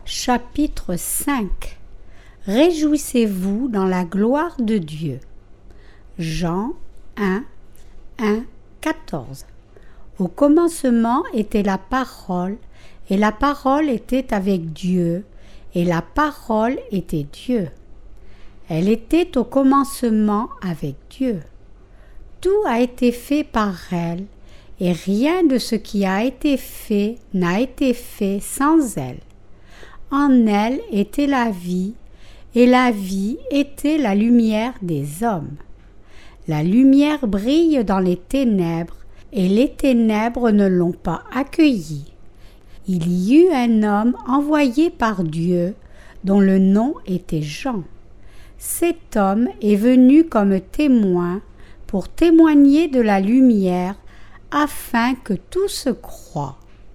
Chapitre 5. Réjouissez-vous dans la gloire de Dieu. Jean 1, 14. Au commencement était la parole, et la parole était avec Dieu, et la parole était Dieu. Elle était au commencement avec Dieu. Tout a été fait par elle, et rien de ce qui a été fait n'a été fait sans elle. En elle était la vie, et la vie était la lumière des hommes. La lumière brille dans les ténèbres, et les ténèbres ne l'ont pas accueillie. Il y eut un homme envoyé par Dieu, dont le nom était Jean. Cet homme est venu comme témoin pour témoigner de la lumière, afin que tous croient.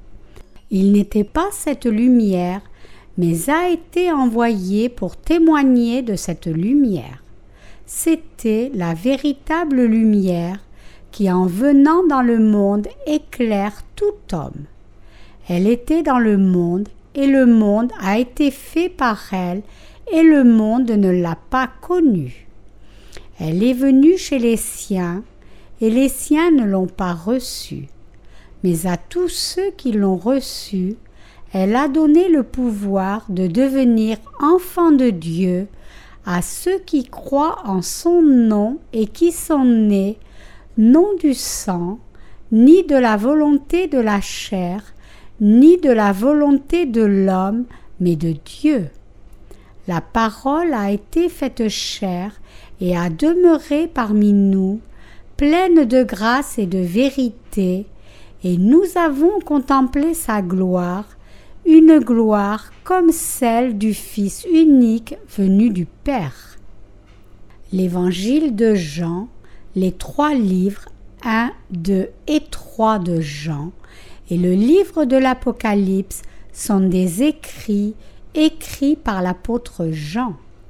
Il n'était pas cette lumière, mais a été envoyé pour témoigner de cette lumière. C'était la véritable lumière qui, en venant dans le monde, éclaire tout homme. Elle était dans le monde, et le monde a été fait par elle, et le monde ne l'a pas connue. Elle est venue chez les siens, et les siens ne l'ont pas reçue. Mais à tous ceux qui l'ont reçue, elle a donné le pouvoir de devenir enfants de Dieu à ceux qui croient en son nom et qui sont nés, non du sang, ni de la volonté de la chair, ni de la volonté de l'homme, mais de Dieu. La parole a été faite chair et a demeuré parmi nous, pleine de grâce et de vérité, et nous avons contemplé sa gloire, une gloire comme celle du Fils unique venu du Père. L'Évangile de Jean, les 3 livres 1, 2 et 3 de Jean et le livre de l'Apocalypse sont des écrits par l'apôtre Jean.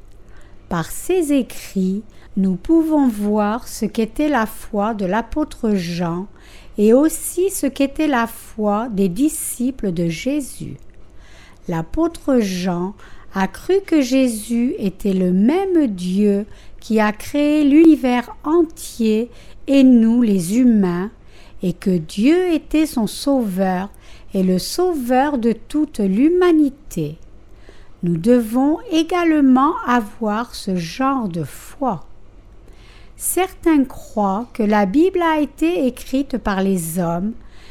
Par ces écrits, nous pouvons voir ce qu'était la foi de l'apôtre Jean et aussi ce qu'était la foi des disciples de Jésus. L'apôtre Jean a cru que Jésus était le même Dieu qui a créé l'univers entier et nous les humains, et que Dieu était son sauveur et le sauveur de toute l'humanité. Nous devons également avoir ce genre de foi. Certains croient que la Bible a été écrite par les hommes,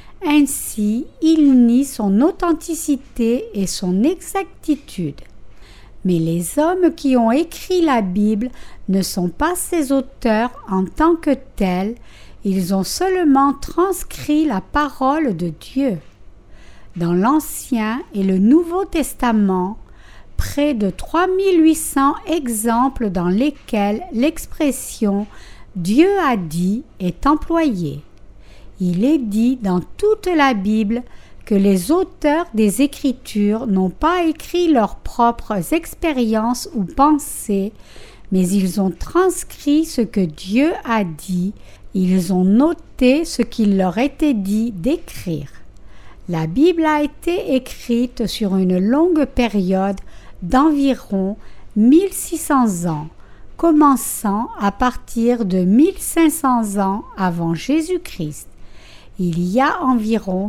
ainsi ils nient son authenticité et son exactitude. Mais les hommes qui ont écrit la Bible ne sont pas ses auteurs en tant que tels, ils ont seulement transcrit la parole de Dieu. Dans l'Ancien et le Nouveau Testament, près de 3800 exemples dans lesquels l'expression « Dieu a dit » est employée. Il est dit dans toute la Bible que les auteurs des Écritures n'ont pas écrit leurs propres expériences ou pensées, mais ils ont transcrit ce que Dieu a dit, ils ont noté ce qu'il leur était dit d'écrire. La Bible a été écrite sur une longue période d'environ 1600 ans, commençant à partir de 1500 ans avant Jésus-Christ. Il y a environ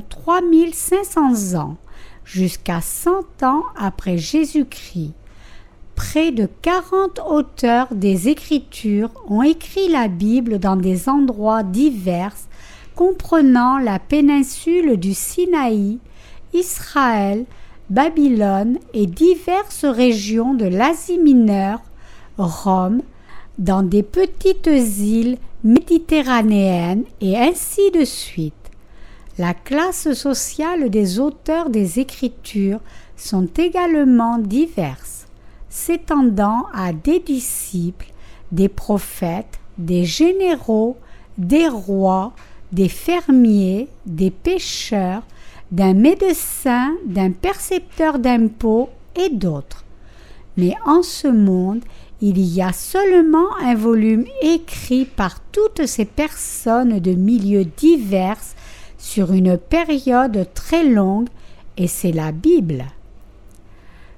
3500 ans, jusqu'à 100 ans après Jésus-Christ. Près de 40 auteurs des Écritures ont écrit la Bible dans des endroits divers, comprenant la péninsule du Sinaï, Israël, Babylone et diverses régions de l'Asie mineure, Rome, dans des petites îles méditerranéennes et ainsi de suite. La classe sociale des auteurs des Écritures sont également diverses, s'étendant à des disciples, des prophètes, des généraux, des rois, des fermiers, des pêcheurs, d'un médecin, d'un percepteur d'impôts et d'autres. Mais en ce monde, il y a seulement un volume écrit par toutes ces personnes de milieux divers sur une période très longue, et c'est la Bible.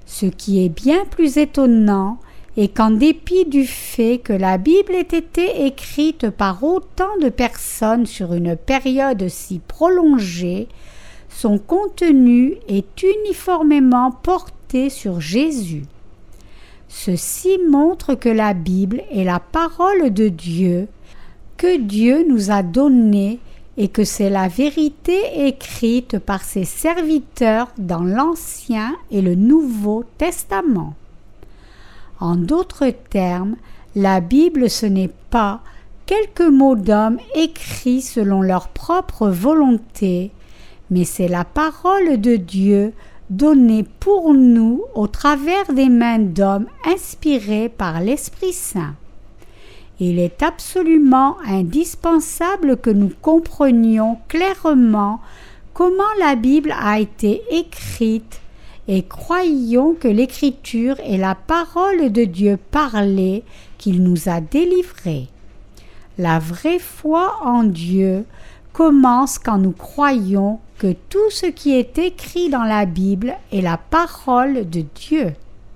Ce qui est bien plus étonnant est qu'en dépit du fait que la Bible ait été écrite par autant de personnes sur une période si prolongée, son contenu est uniformément porté sur Jésus. Ceci montre que la Bible est la parole de Dieu, que Dieu nous a donnée et que c'est la vérité écrite par ses serviteurs dans l'Ancien et le Nouveau Testament. En d'autres termes, la Bible ce n'est pas quelques mots d'hommes écrits selon leur propre volonté, mais c'est la parole de Dieu donnée pour nous au travers des mains d'hommes inspirés par l'Esprit Saint. Il est absolument indispensable que nous comprenions clairement comment la Bible a été écrite et croyons que l'Écriture est la parole de Dieu parlée qu'il nous a délivrée. La vraie foi en Dieu commence quand nous croyons que tout ce qui est écrit dans la Bible est la parole de Dieu.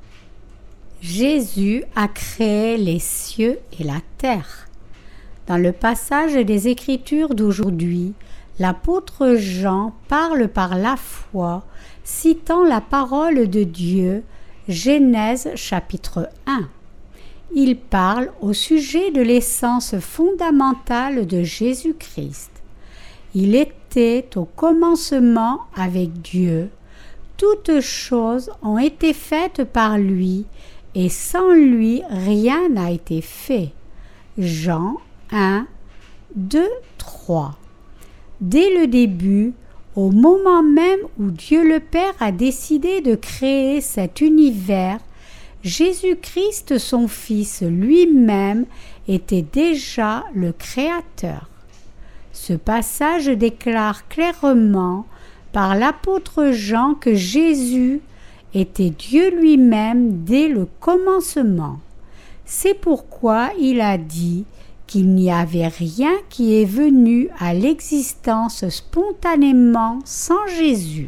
Jésus a créé les cieux et la terre. Dans le passage des Écritures d'aujourd'hui, l'apôtre Jean parle par la foi, citant la parole de Dieu, Genèse chapitre 1. Il parle au sujet de l'essence fondamentale de Jésus-Christ. Il était au commencement avec Dieu. Toutes choses ont été faites par lui, et sans lui, rien n'a été fait. Jean 1, 2, 3. Dès le début, au moment même où Dieu le Père a décidé de créer cet univers, Jésus-Christ, son Fils lui-même, était déjà le Créateur. Ce passage déclare clairement par l'apôtre Jean que Jésus était Dieu lui-même dès le commencement. C'est pourquoi il a dit qu'il n'y avait rien qui est venu à l'existence spontanément sans Jésus.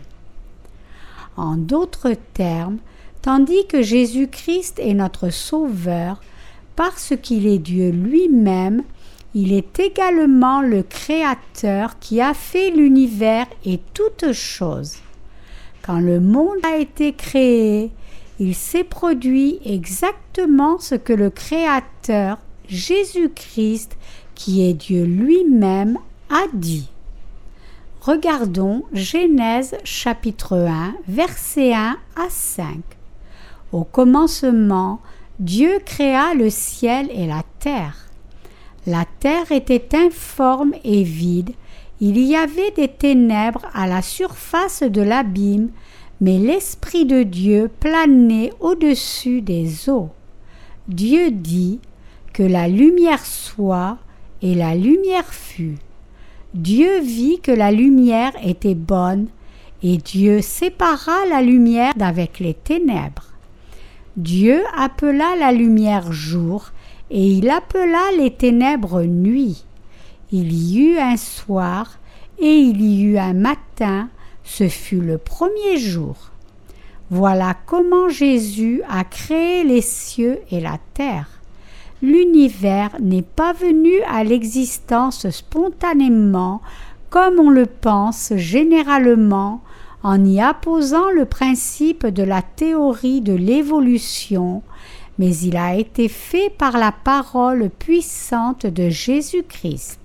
En d'autres termes, tandis que Jésus-Christ est notre Sauveur, parce qu'il est Dieu lui-même, il est également le Créateur qui a fait l'univers et toutes choses. Quand le monde a été créé, il s'est produit exactement ce que le Créateur, Jésus-Christ, qui est Dieu lui-même, a dit. Regardons Genèse chapitre 1, versets 1 à 5. Au commencement, Dieu créa le ciel et la terre. La terre était informe et vide. Il y avait des ténèbres à la surface de l'abîme, mais l'Esprit de Dieu planait au-dessus des eaux. Dieu dit que la lumière soit, et la lumière fut. Dieu vit que la lumière était bonne, et Dieu sépara la lumière d'avec les ténèbres. Dieu appela la lumière jour, et il appela les ténèbres nuit. Il y eut un soir, et il y eut un matin, ce fut le premier jour. Voilà comment Jésus a créé les cieux et la terre. L'univers n'est pas venu à l'existence spontanément, comme on le pense généralement, en y apposant le principe de la théorie de l'évolution, mais il a été fait par la parole puissante de Jésus-Christ.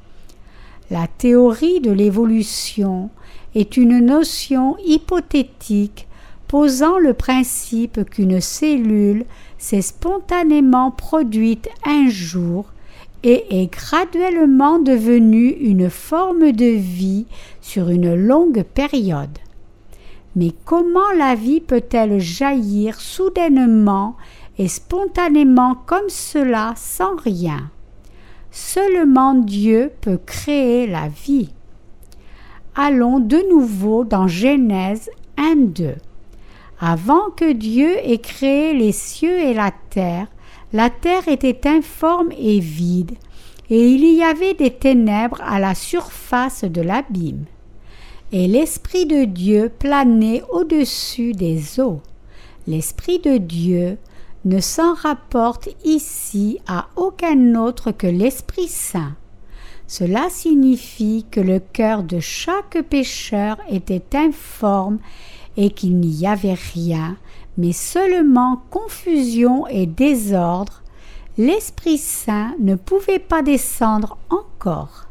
La théorie de l'évolution est une notion hypothétique posant le principe qu'une cellule s'est spontanément produite un jour et est graduellement devenue une forme de vie sur une longue période. Mais comment la vie peut-elle jaillir soudainement et spontanément comme cela sans rien? Seulement Dieu peut créer la vie. Allons de nouveau dans Genèse 1-2. Avant que Dieu ait créé les cieux et la terre était informe et vide, et il y avait des ténèbres à la surface de l'abîme. Et l'Esprit de Dieu planait au-dessus des eaux. L'Esprit de Dieu ne s'en rapporte ici à aucun autre que l'Esprit Saint. Cela signifie que le cœur de chaque pécheur était informe et qu'il n'y avait rien, mais seulement confusion et désordre. L'Esprit Saint ne pouvait pas descendre encore.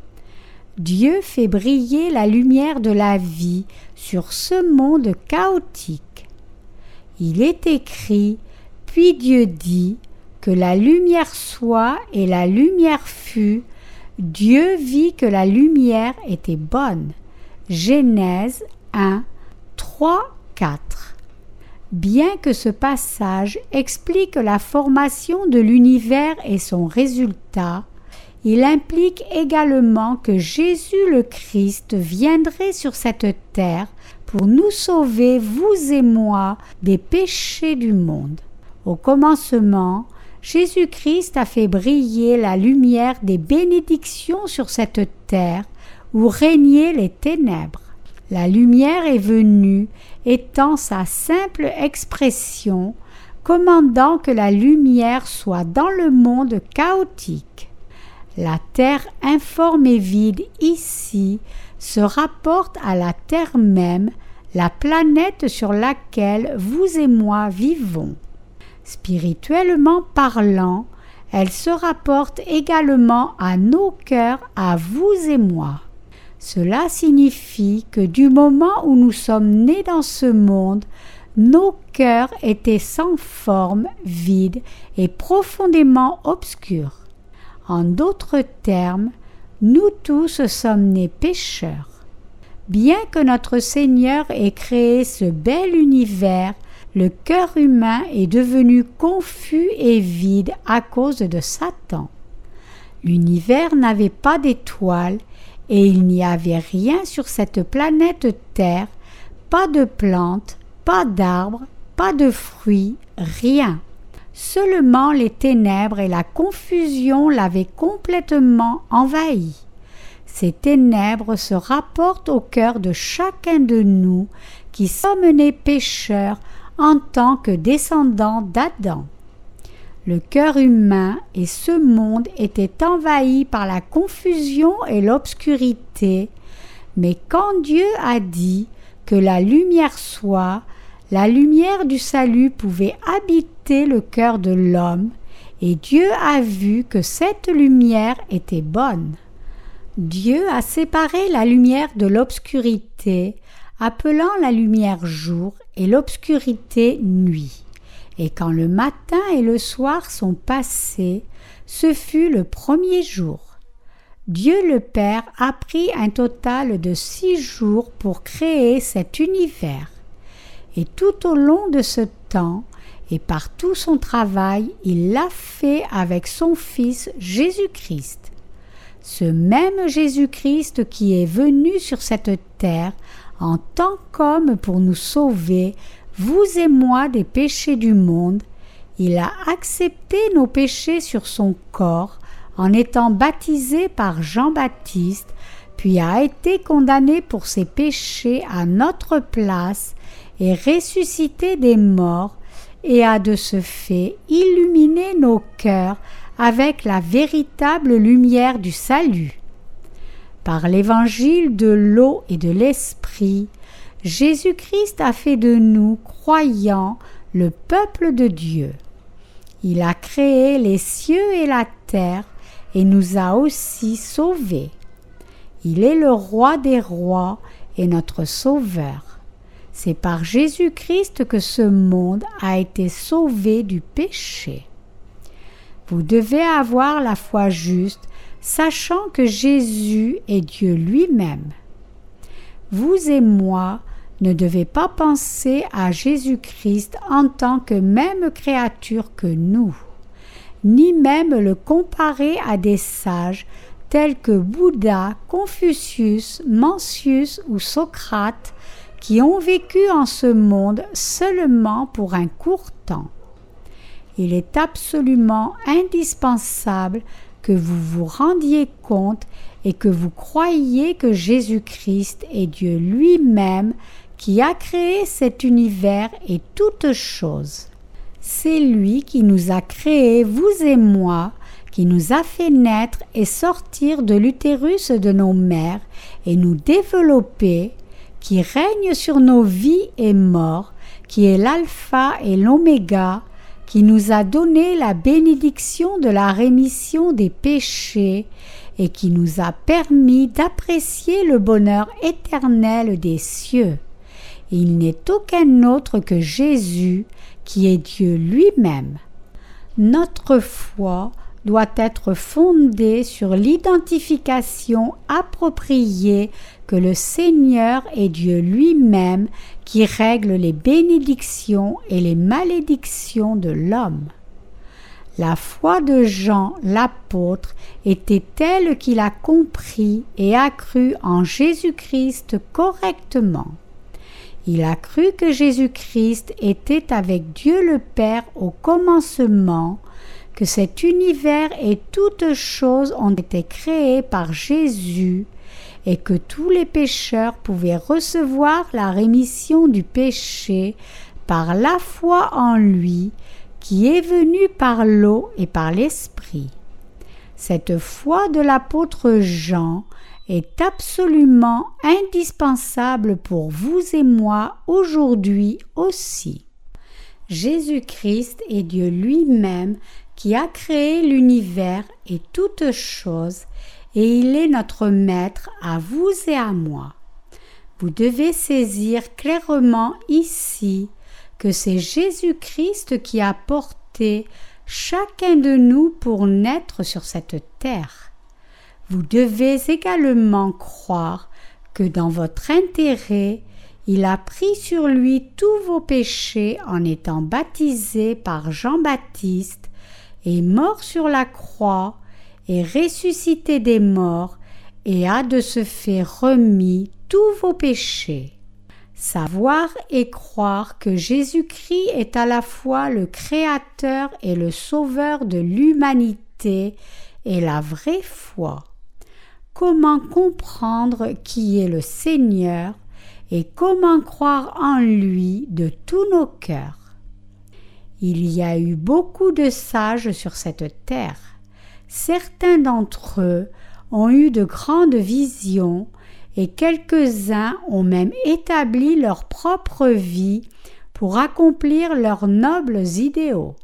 Dieu fait briller la lumière de la vie sur ce monde chaotique. Il est écrit, puis Dieu dit, que la lumière soit et la lumière fut. Dieu vit que la lumière était bonne. Genèse 1, 3, 4. Bien que ce passage explique la formation de l'univers et son résultat, il implique également que Jésus le Christ viendrait sur cette terre pour nous sauver, vous et moi, des péchés du monde. Au commencement, Jésus-Christ a fait briller la lumière des bénédictions sur cette terre où régnaient les ténèbres. La lumière est venue, étant sa simple expression, commandant que la lumière soit dans le monde chaotique. La terre informe et vide ici se rapporte à la terre même, la planète sur laquelle vous et moi vivons. Spirituellement parlant, elle se rapporte également à nos cœurs, à vous et moi. Cela signifie que du moment où nous sommes nés dans ce monde, nos cœurs étaient sans forme, vides et profondément obscurs. En d'autres termes, nous tous sommes nés pécheurs. Bien que notre Seigneur ait créé ce bel univers, le cœur humain est devenu confus et vide à cause de Satan. L'univers n'avait pas d'étoiles et il n'y avait rien sur cette planète Terre, pas de plantes, pas d'arbres, pas de fruits, rien. Seulement les ténèbres et la confusion l'avaient complètement envahi. Ces ténèbres se rapportent au cœur de chacun de nous qui sommes nés pécheurs en tant que descendants d'Adam. Le cœur humain et ce monde étaient envahis par la confusion et l'obscurité, mais quand Dieu a dit que la lumière soit, la lumière du salut pouvait habiter le cœur de l'homme, et Dieu a vu que cette lumière était bonne. Dieu a séparé la lumière de l'obscurité, appelant la lumière jour et l'obscurité nuit. Et quand le matin et le soir sont passés, ce fut le premier jour. Dieu le Père a pris un total de 6 jours pour créer cet univers. Et tout au long de ce temps, et par tout son travail, il l'a fait avec son Fils Jésus-Christ. Ce même Jésus-Christ qui est venu sur cette terre en tant qu'homme pour nous sauver, vous et moi, des péchés du monde, il a accepté nos péchés sur son corps en étant baptisé par Jean-Baptiste, puis a été condamné pour ses péchés à notre place et ressuscité des morts, et a de ce fait illuminé nos cœurs avec la véritable lumière du salut. Par l'évangile de l'eau et de l'esprit, Jésus-Christ a fait de nous, croyants, le peuple de Dieu. Il a créé les cieux et la terre et nous a aussi sauvés. Il est le roi des rois et notre sauveur. C'est par Jésus-Christ que ce monde a été sauvé du péché. Vous devez avoir la foi juste, sachant que Jésus est Dieu lui-même. Vous et moi ne devez pas penser à Jésus-Christ en tant que même créature que nous, ni même le comparer à des sages tels que Bouddha, Confucius, Mencius ou Socrate, qui ont vécu en ce monde seulement pour un court temps. Il est absolument indispensable que vous vous rendiez compte et que vous croyiez que Jésus-Christ est Dieu lui-même qui a créé cet univers et toutes choses. C'est lui qui nous a créés, vous et moi, qui nous a fait naître et sortir de l'utérus de nos mères et nous développer, qui règne sur nos vies et morts, qui est l'alpha et l'oméga, qui nous a donné la bénédiction de la rémission des péchés et qui nous a permis d'apprécier le bonheur éternel des cieux. Il n'est aucun autre que Jésus, qui est Dieu lui-même. Notre foi doit être fondée sur l'identification appropriée que le Seigneur est Dieu lui-même qui règle les bénédictions et les malédictions de l'homme. La foi de Jean l'apôtre était telle qu'il a compris et a cru en Jésus-Christ correctement. Il a cru que Jésus-Christ était avec Dieu le Père au commencement, que cet univers et toutes choses ont été créées par Jésus et que tous les pécheurs pouvaient recevoir la rémission du péché par la foi en lui qui est venu par l'eau et par l'Esprit. Cette foi de l'apôtre Jean est absolument indispensable pour vous et moi aujourd'hui aussi. Jésus-Christ est Dieu lui-même qui a créé l'univers et toutes choses, et il est notre maître à vous et à moi. Vous devez saisir clairement ici que c'est Jésus-Christ qui a porté chacun de nous pour naître sur cette terre. Vous devez également croire que dans votre intérêt, il a pris sur lui tous vos péchés en étant baptisé par Jean-Baptiste, est mort sur la croix, est ressuscité des morts et a de ce fait remis tous vos péchés. Savoir et croire que Jésus-Christ est à la fois le Créateur et le Sauveur de l'humanité est la vraie foi. Comment comprendre qui est le Seigneur et comment croire en lui de tous nos cœurs? Il y a eu beaucoup de sages sur cette terre. Certains d'entre eux ont eu de grandes visions et quelques-uns ont même établi leur propre vie pour accomplir leurs nobles idéaux.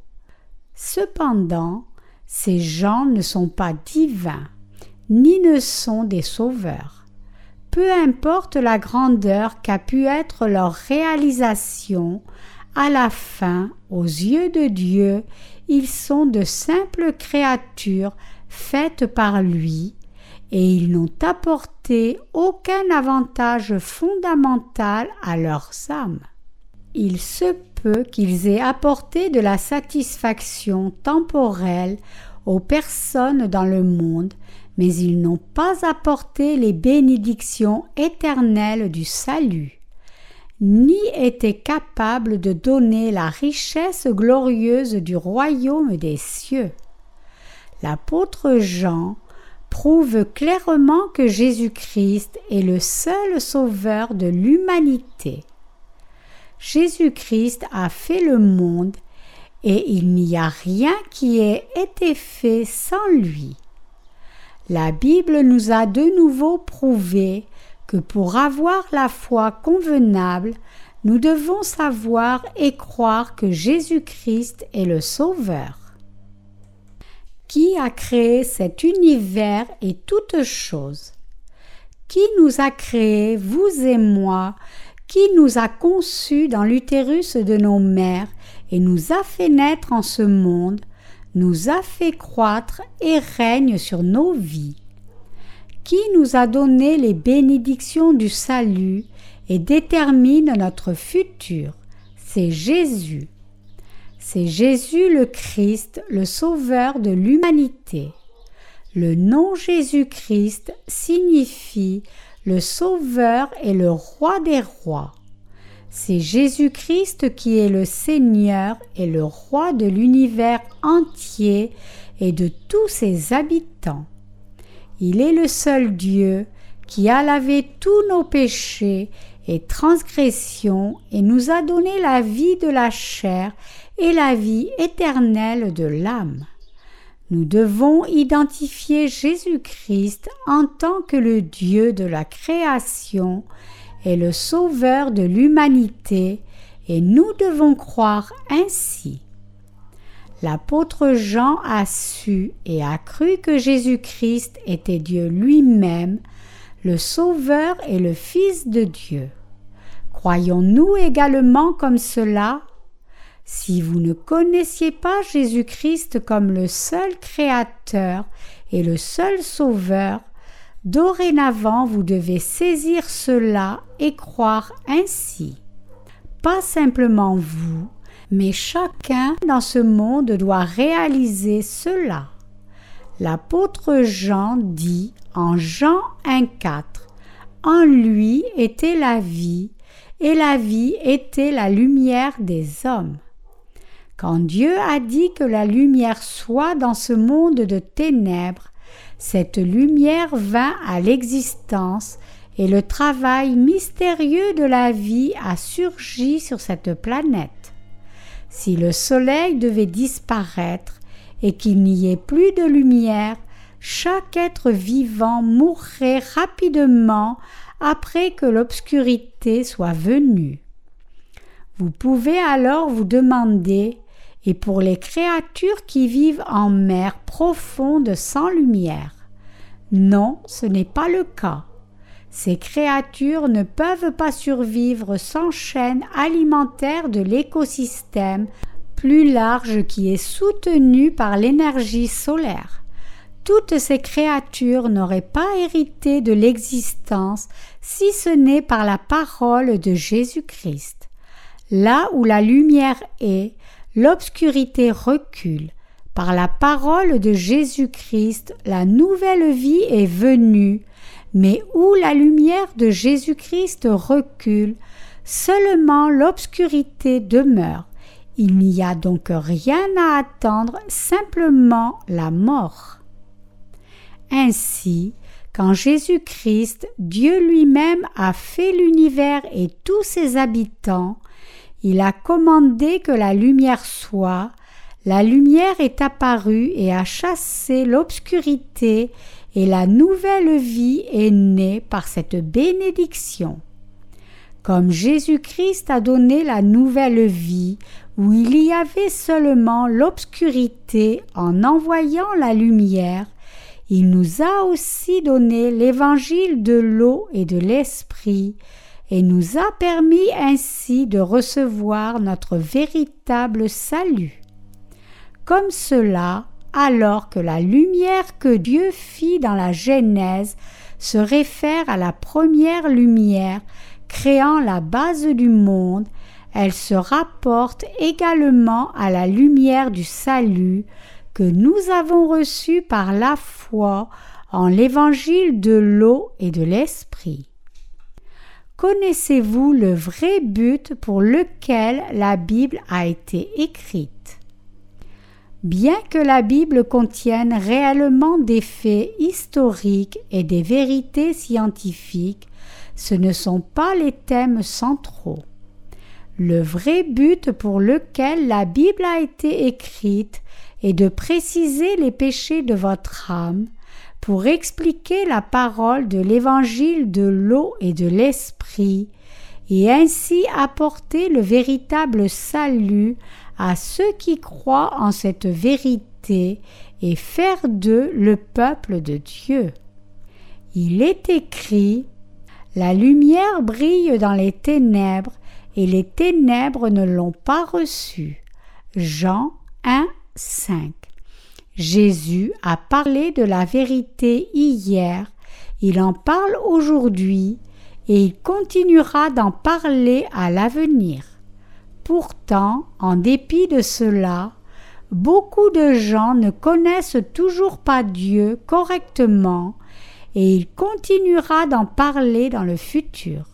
Cependant, ces gens ne sont pas divins, ni ne sont des sauveurs. Peu importe la grandeur qu'a pu être leur réalisation, à la fin, aux yeux de Dieu, ils sont de simples créatures faites par lui, et ils n'ont apporté aucun avantage fondamental à leurs âmes. Il se peut qu'ils aient apporté de la satisfaction temporelle aux personnes dans le monde, mais ils n'ont pas apporté les bénédictions éternelles du salut, ni étaient capables de donner la richesse glorieuse du royaume des cieux. L'apôtre Jean prouve clairement que Jésus-Christ est le seul sauveur de l'humanité. Jésus-Christ a fait le monde et il n'y a rien qui ait été fait sans lui. La Bible nous a de nouveau prouvé que pour avoir la foi convenable, nous devons savoir et croire que Jésus-Christ est le Sauveur. Qui a créé cet univers et toutes choses? Qui nous a créés, vous et moi? Qui nous a conçus dans l'utérus de nos mères et nous a fait naître en ce monde, nous a fait croître et règne sur nos vies? Qui nous a donné les bénédictions du salut et détermine notre futur? C'est Jésus. C'est Jésus le Christ, le Sauveur de l'humanité. Le nom Jésus-Christ signifie le Sauveur et le Roi des rois. C'est Jésus-Christ qui est le Seigneur et le Roi de l'univers entier et de tous ses habitants. Il est le seul Dieu qui a lavé tous nos péchés et transgression et nous a donné la vie de la chair et la vie éternelle de l'âme. Nous devons identifier Jésus-Christ en tant que le Dieu de la création et le Sauveur de l'humanité, et nous devons croire ainsi. L'apôtre Jean a su et a cru que Jésus-Christ était Dieu lui-même, le Sauveur et le Fils de Dieu. Croyons-nous également comme cela? Si vous ne connaissiez pas Jésus-Christ comme le seul Créateur et le seul Sauveur, dorénavant vous devez saisir cela et croire ainsi. Pas simplement vous, mais chacun dans ce monde doit réaliser cela. L'apôtre Jean dit en Jean 1,4 « En lui était la vie, et la vie était la lumière des hommes. » Quand Dieu a dit que la lumière soit dans ce monde de ténèbres, cette lumière vint à l'existence et le travail mystérieux de la vie a surgi sur cette planète. Si le soleil devait disparaître et qu'il n'y ait plus de lumière, chaque être vivant mourrait rapidement après que l'obscurité soit venue. Vous pouvez alors vous demander, et pour les créatures qui vivent en mer profonde sans lumière? Non, ce n'est pas le cas. Ces créatures ne peuvent pas survivre sans chaîne alimentaire de l'écosystème plus large qui est soutenu par l'énergie solaire. Toutes ces créatures n'auraient pas hérité de l'existence si ce n'est par la parole de Jésus-Christ. Là où la lumière est, l'obscurité recule. Par la parole de Jésus-Christ, la nouvelle vie est venue, mais où la lumière de Jésus-Christ recule, seulement l'obscurité demeure. Il n'y a donc rien à attendre, simplement la mort. Ainsi, quand Jésus-Christ, Dieu lui-même, a fait l'univers et tous ses habitants, il a commandé que la lumière soit, la lumière est apparue et a chassé l'obscurité, et la nouvelle vie est née par cette bénédiction. Comme Jésus-Christ a donné la nouvelle vie, où il y avait seulement l'obscurité en envoyant la lumière, il nous a aussi donné l'évangile de l'eau et de l'esprit, et nous a permis ainsi de recevoir notre véritable salut. Comme cela, alors que la lumière que Dieu fit dans la Genèse se réfère à la première lumière créant la base du monde, elle se rapporte également à la lumière du salut que nous avons reçue par la foi en l'évangile de l'eau et de l'esprit. Connaissez-vous le vrai but pour lequel la Bible a été écrite? Bien que la Bible contienne réellement des faits historiques et des vérités scientifiques, ce ne sont pas les thèmes centraux. Le vrai but pour lequel la Bible a été écrite est de préciser les péchés de votre âme, pour expliquer la parole de l'évangile de l'eau et de l'esprit, et ainsi apporter le véritable salut à ceux qui croient en cette vérité et faire d'eux le peuple de Dieu. Il est écrit « La lumière brille dans les ténèbres, et les ténèbres ne l'ont pas reçue. » Jean 1, 5. Jésus a parlé de la vérité hier, il en parle aujourd'hui et il continuera d'en parler à l'avenir. Pourtant, en dépit de cela, beaucoup de gens ne connaissent toujours pas Dieu correctement et il continuera d'en parler dans le futur.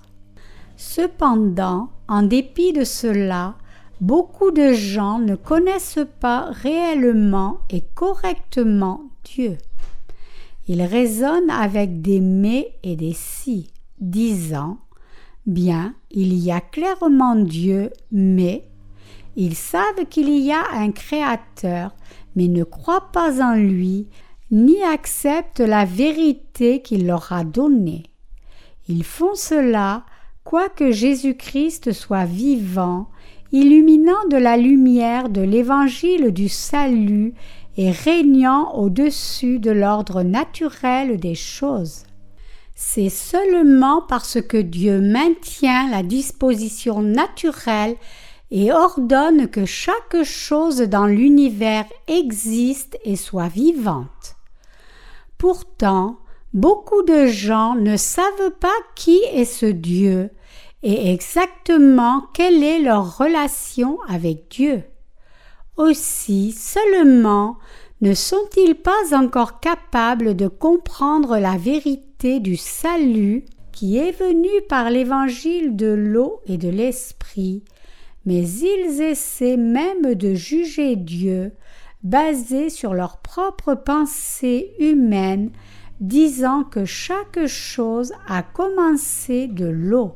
Cependant, en dépit de cela, beaucoup de gens ne connaissent pas réellement et correctement Dieu. Ils raisonnent avec des mais et des si, disant « Bien, il y a clairement Dieu, mais ils savent qu'il y a un Créateur, mais ne croient pas en lui, ni acceptent la vérité qu'il leur a donnée. Ils font cela, quoique Jésus-Christ soit vivant, illuminant de la lumière de l'évangile du salut et régnant au-dessus de l'ordre naturel des choses. C'est seulement parce que Dieu maintient la disposition naturelle et ordonne que chaque chose dans l'univers existe et soit vivante. Pourtant, beaucoup de gens ne savent pas qui est ce Dieu et exactement quelle est leur relation avec Dieu. Aussi, seulement, ne sont-ils pas encore capables de comprendre la vérité du salut qui est venu par l'évangile de l'eau et de l'esprit, mais ils essaient même de juger Dieu basé sur leurs propres pensées humaines, disant que chaque chose a commencé de l'eau.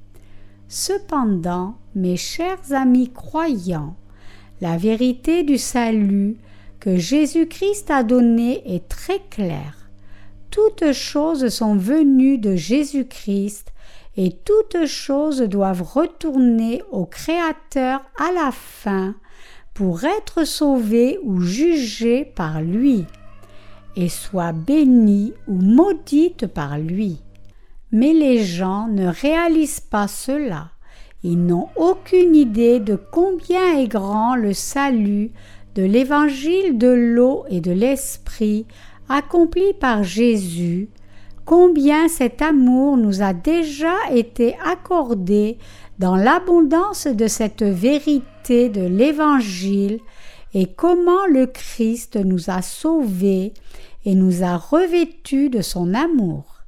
Cependant, mes chers amis croyants, la vérité du salut que Jésus-Christ a donnée est très claire. Toutes choses sont venues de Jésus-Christ et toutes choses doivent retourner au Créateur à la fin pour être sauvées ou jugées par lui, et soient bénies ou maudites par lui. Mais les gens ne réalisent pas cela. Ils n'ont aucune idée de combien est grand le salut de l'évangile de l'eau et de l'esprit accompli par Jésus, combien cet amour nous a déjà été accordé dans l'abondance de cette vérité de l'Évangile et comment le Christ nous a sauvés et nous a revêtus de son amour.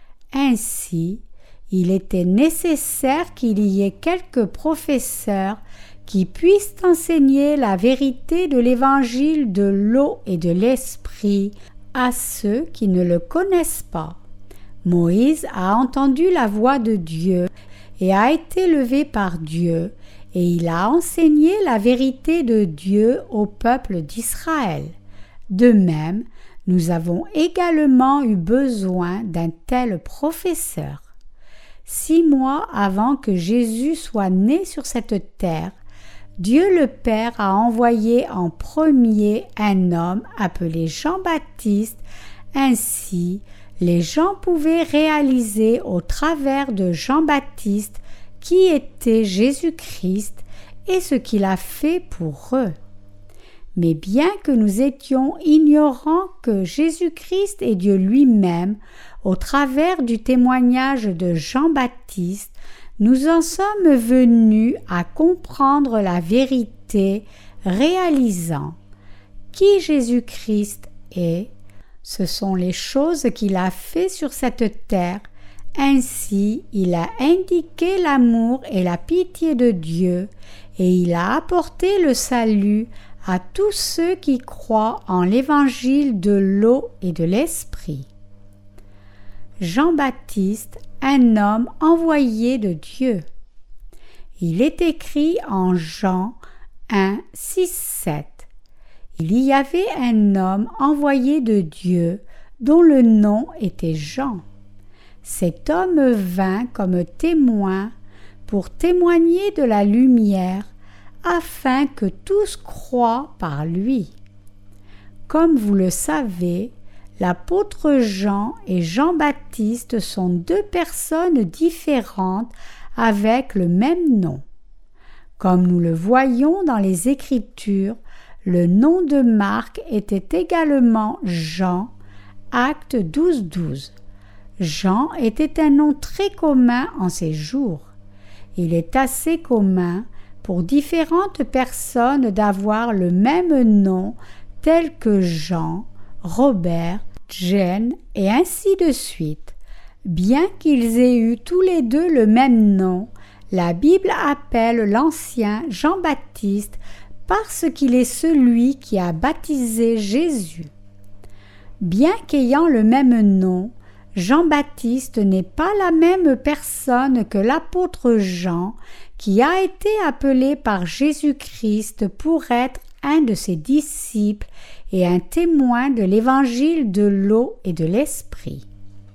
Ainsi, il était nécessaire qu'il y ait quelques professeurs qui puissent enseigner la vérité de l'Évangile de l'eau et de l'Esprit à ceux qui ne le connaissent pas. Moïse a entendu la voix de Dieu et a été élevé par Dieu, et il a enseigné la vérité de Dieu au peuple d'Israël. De même, nous avons également eu besoin d'un tel professeur. 6 mois avant que Jésus soit né sur cette terre, Dieu le Père a envoyé en premier un homme appelé Jean-Baptiste. Ainsi, les gens pouvaient réaliser au travers de Jean-Baptiste qui était Jésus-Christ et ce qu'il a fait pour eux. Mais bien que nous étions ignorants que Jésus-Christ est Dieu lui-même, au travers du témoignage de Jean-Baptiste, nous en sommes venus à comprendre la vérité, réalisant qui Jésus-Christ est. Ce sont les choses qu'il a fait sur cette terre. Ainsi, il a indiqué l'amour et la pitié de Dieu, et il a apporté le salut à tous ceux qui croient en l'évangile de l'eau et de l'esprit. Jean-Baptiste, un homme envoyé de Dieu. Il est écrit en Jean 1, 6, 7. Il y avait un homme envoyé de Dieu dont le nom était Jean. Cet homme vint comme témoin pour témoigner de la lumière afin que tous croient par lui. Comme vous le savez, l'apôtre Jean et Jean-Baptiste sont 2 personnes différentes avec le même nom. Comme nous le voyons dans les Écritures, le nom de Marc était également Jean, Actes 12, 12. Jean était un nom très commun en ces jours. Il est assez commun pour différentes personnes d'avoir le même nom, tels que Jean, Robert, Jane et ainsi de suite. Bien qu'ils aient eu tous les 2 le même nom, la Bible appelle l'ancien Jean-Baptiste parce qu'il est celui qui a baptisé Jésus. Bien qu'ayant le même nom, Jean-Baptiste n'est pas la même personne que l'apôtre Jean, qui a été appelé par Jésus-Christ pour être un de ses disciples et un témoin de l'évangile de l'eau et de l'esprit.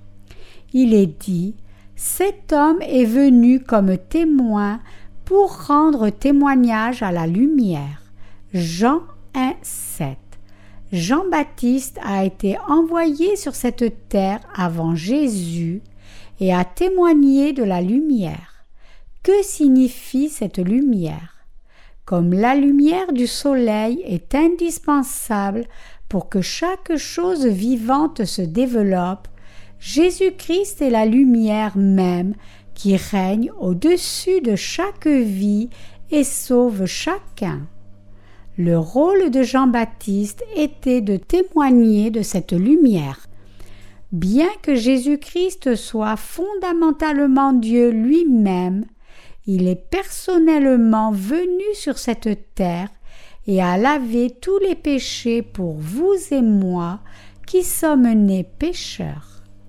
Il est dit: cet homme est venu comme témoin pour rendre témoignage à la lumière. Jean 1,7. Jean-Baptiste a été envoyé sur cette terre avant Jésus et a témoigné de la lumière. Que signifie cette lumière? Comme la lumière du soleil est indispensable pour que chaque chose vivante se développe, Jésus-Christ est la lumière même qui règne au-dessus de chaque vie et sauve chacun. Le rôle de Jean-Baptiste était de témoigner de cette lumière. Bien que Jésus-Christ soit fondamentalement Dieu lui-même, il est personnellement venu sur cette terre et a lavé tous les péchés pour vous et moi qui sommes nés pécheurs.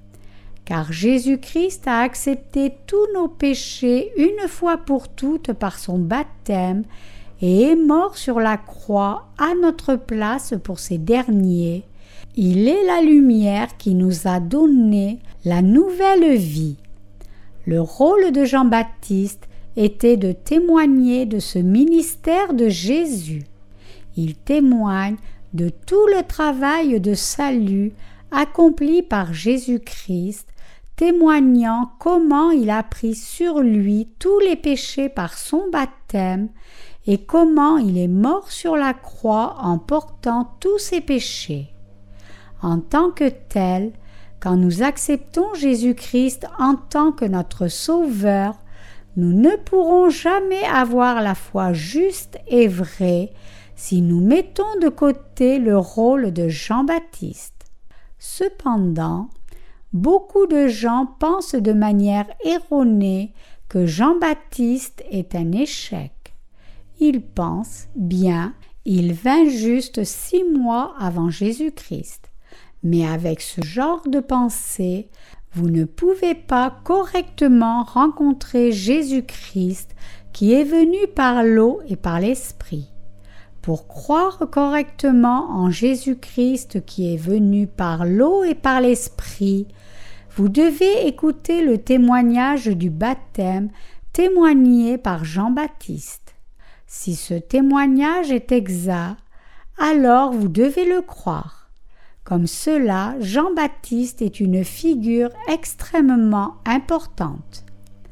Car Jésus-Christ a accepté tous nos péchés une fois pour toutes par son baptême et est mort sur la croix à notre place pour ces derniers. Il est la lumière qui nous a donné la nouvelle vie. Le rôle de Jean-Baptiste était de témoigner de ce ministère de Jésus. Il témoigne de tout le travail de salut accompli par Jésus-Christ, témoignant comment il a pris sur lui tous les péchés par son baptême et comment il est mort sur la croix en portant tous ses péchés. En tant que tel, quand nous acceptons Jésus-Christ en tant que notre Sauveur, nous ne pourrons jamais avoir la foi juste et vraie si nous mettons de côté le rôle de Jean-Baptiste. Cependant, beaucoup de gens pensent de manière erronée que Jean-Baptiste est un échec. Ils pensent, bien, il vint juste 6 mois avant Jésus-Christ. Mais avec ce genre de pensée, vous ne pouvez pas correctement rencontrer Jésus-Christ qui est venu par l'eau et par l'Esprit. Pour croire correctement en Jésus-Christ qui est venu par l'eau et par l'Esprit, vous devez écouter le témoignage du baptême témoigné par Jean-Baptiste. Si ce témoignage est exact, alors vous devez le croire. Comme cela, Jean-Baptiste est une figure extrêmement importante.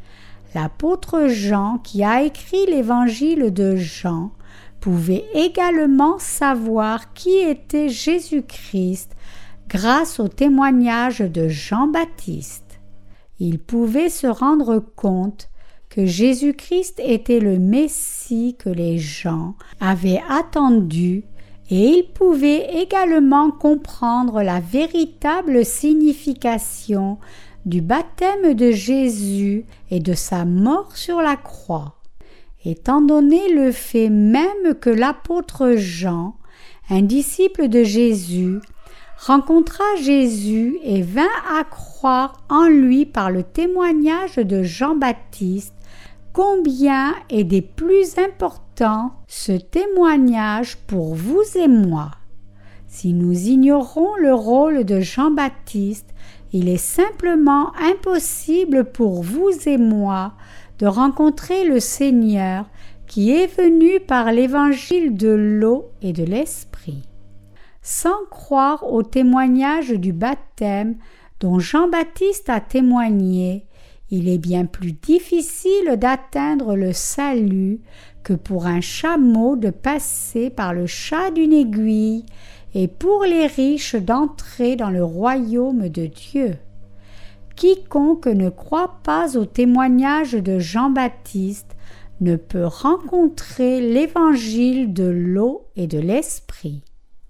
L'apôtre Jean, qui a écrit l'évangile de Jean, pouvait également savoir qui était Jésus-Christ grâce au témoignage de Jean-Baptiste. Il pouvait se rendre compte que Jésus-Christ était le Messie que les gens avaient attendu et il pouvait également comprendre la véritable signification du baptême de Jésus et de sa mort sur la croix. Étant donné le fait même que l'apôtre Jean, un disciple de Jésus, rencontra Jésus et vint à croire en lui par le témoignage de Jean-Baptiste, combien est des plus importants ce témoignage pour vous et moi. Si nous ignorons le rôle de Jean-Baptiste, il est simplement impossible pour vous et moi de rencontrer le Seigneur qui est venu par l'évangile de l'eau et de l'Esprit. Sans croire au témoignage du baptême dont Jean-Baptiste a témoigné, il est bien plus difficile d'atteindre le salut que pour un chameau de passer par le chat d'une aiguille et pour les riches d'entrer dans le royaume de Dieu. Quiconque ne croit pas au témoignage de Jean-Baptiste ne peut rencontrer l'évangile de l'eau et de l'Esprit.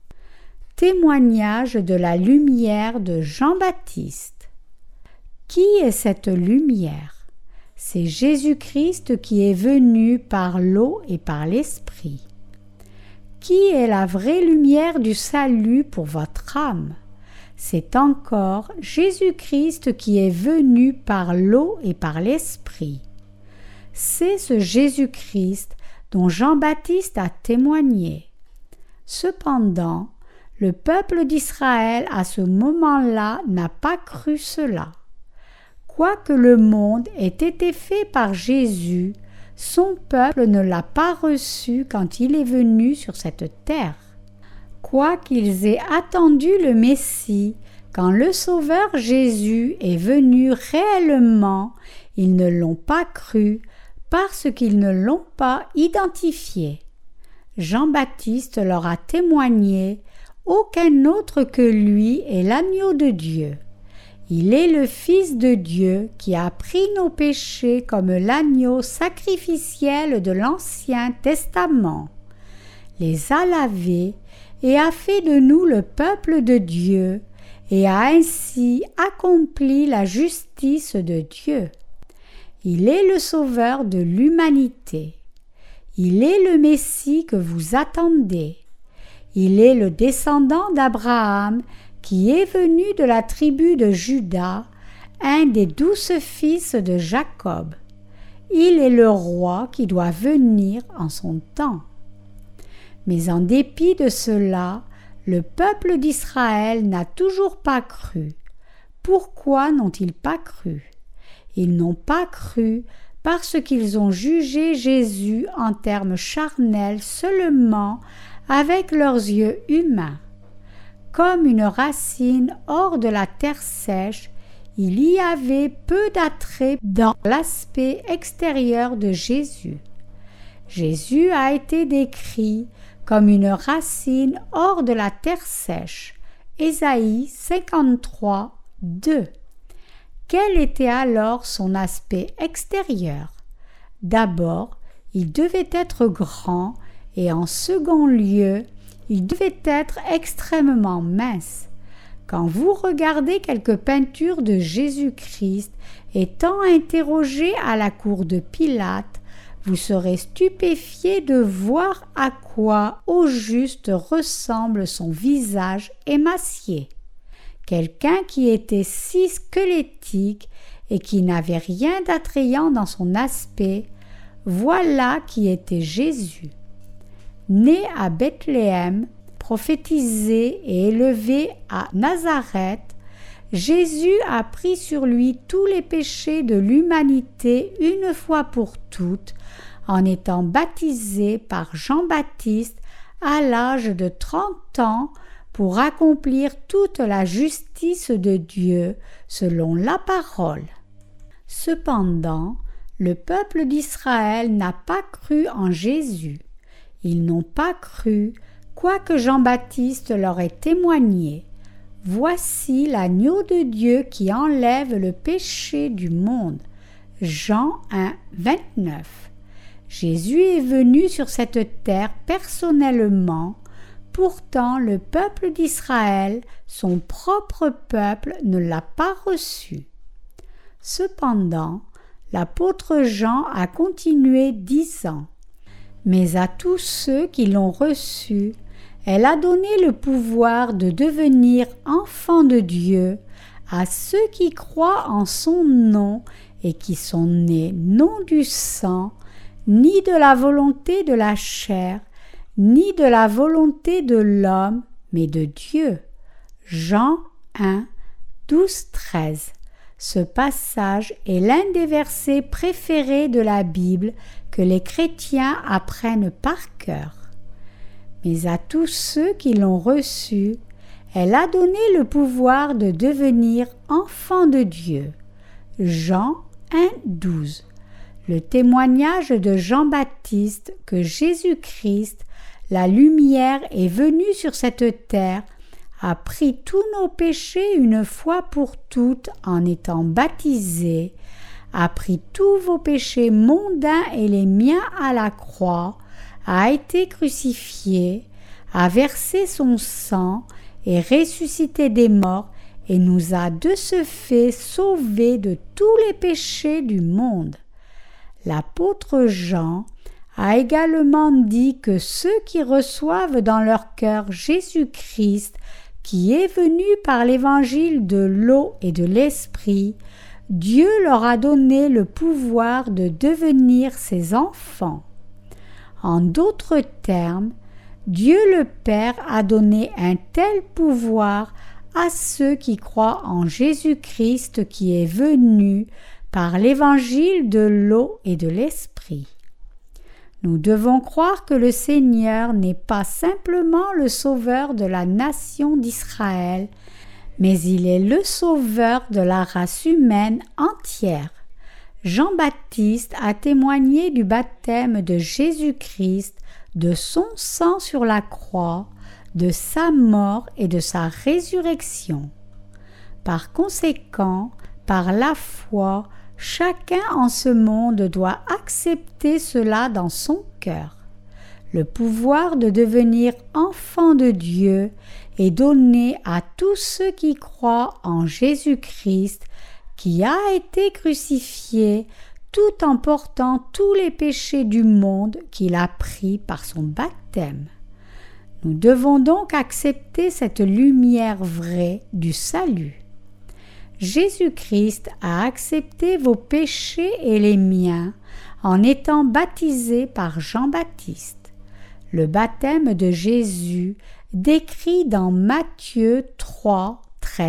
Témoignage de la lumière de Jean-Baptiste. Qui est cette lumière? C'est Jésus-Christ qui est venu par l'eau et par l'Esprit. Qui est la vraie lumière du salut pour votre âme? c'est encore Jésus-Christ qui est venu par l'eau et par l'Esprit. C'est ce Jésus-Christ dont Jean-Baptiste a témoigné. Cependant, le peuple d'Israël à ce moment-là n'a pas cru cela. Quoique le monde ait été fait par Jésus, son peuple ne l'a pas reçu quand il est venu sur cette terre. Quoiqu'ils aient attendu le Messie, quand le Sauveur Jésus est venu réellement, ils ne l'ont pas cru parce qu'ils ne l'ont pas identifié. Jean-Baptiste leur a témoigné « Aucun autre que lui est l'agneau de Dieu. Il est le Fils de Dieu qui a pris nos péchés comme l'agneau sacrificiel de l'Ancien Testament, les a lavés et a fait de nous le peuple de Dieu et a ainsi accompli la justice de Dieu. Il est le Sauveur de l'humanité. Il est le Messie que vous attendez. Il est le descendant d'Abraham qui est venu de la tribu de Juda, un des 12 fils de Jacob. Il est le roi qui doit venir en son temps. Mais en dépit de cela, le peuple d'Israël n'a toujours pas cru. Pourquoi n'ont-ils pas cru? Ils n'ont pas cru parce qu'ils ont jugé Jésus en termes charnels seulement avec leurs yeux humains. Comme une racine hors de la terre sèche, il y avait peu d'attrait dans l'aspect extérieur de Jésus. Jésus a été décrit comme une racine hors de la terre sèche. Ésaïe 53, 2. Quel était alors son aspect extérieur? D'abord, il devait être grand et en second lieu, il devait être extrêmement mince. Quand vous regardez quelques peintures de Jésus-Christ étant interrogé à la cour de Pilate, vous serez stupéfié de voir à quoi au juste ressemble son visage émacié. Quelqu'un qui était si squelettique et qui n'avait rien d'attrayant dans son aspect, voilà qui était Jésus. Né à Bethléem, prophétisé et élevé à Nazareth, Jésus a pris sur lui tous les péchés de l'humanité une fois pour toutes, en étant baptisé par Jean-Baptiste à l'âge de 30 ans pour accomplir toute la justice de Dieu selon la parole. Cependant, le peuple d'Israël n'a pas cru en Jésus. Ils n'ont pas cru, quoique Jean-Baptiste leur ait témoigné. Voici l'agneau de Dieu qui enlève le péché du monde. Jean 1, 29. Jésus est venu sur cette terre personnellement. Pourtant, le peuple d'Israël, son propre peuple, ne l'a pas reçu. Cependant, l'apôtre Jean a continué disant: Mais à tous ceux qui l'ont reçu, elle a donné le pouvoir de devenir enfants de Dieu à ceux qui croient en son nom et qui sont nés non du sang, ni de la volonté de la chair, ni de la volonté de l'homme, mais de Dieu. Jean 1, 12, 13. Ce passage est l'un des versets préférés de la Bible que les chrétiens apprennent par cœur. Mais à tous ceux qui l'ont reçu, elle a donné le pouvoir de devenir enfants de Dieu. Jean 1, 12. Le témoignage de Jean-Baptiste que Jésus-Christ, la lumière, est venu sur cette terre, a pris tous nos péchés une fois pour toutes en étant baptisé, a pris tous vos péchés mondains et les miens à la croix, a été crucifié, a versé son sang et ressuscité des morts et nous a de ce fait sauvés de tous les péchés du monde. L'apôtre Jean a également dit que ceux qui reçoivent dans leur cœur Jésus-Christ qui est venu par l'évangile de l'eau et de l'esprit, Dieu leur a donné le pouvoir de devenir ses enfants. En d'autres termes, Dieu le Père a donné un tel pouvoir à ceux qui croient en Jésus-Christ qui est venu par l'évangile de l'eau et de l'esprit. Nous devons croire que le Seigneur n'est pas simplement le sauveur de la nation d'Israël, mais il est le sauveur de la race humaine entière. Jean-Baptiste a témoigné du baptême de Jésus-Christ, de son sang sur la croix, de sa mort et de sa résurrection. Par conséquent, par la foi, chacun en ce monde doit accepter cela dans son cœur. Le pouvoir de devenir enfant de Dieu est donné à tous ceux qui croient en Jésus-Christ, qui a été crucifié tout en portant tous les péchés du monde qu'il a pris par son baptême. Nous devons donc accepter cette lumière vraie du salut. Jésus-Christ a accepté vos péchés et les miens en étant baptisé par Jean-Baptiste. Le baptême de Jésus, décrit dans Matthieu 3,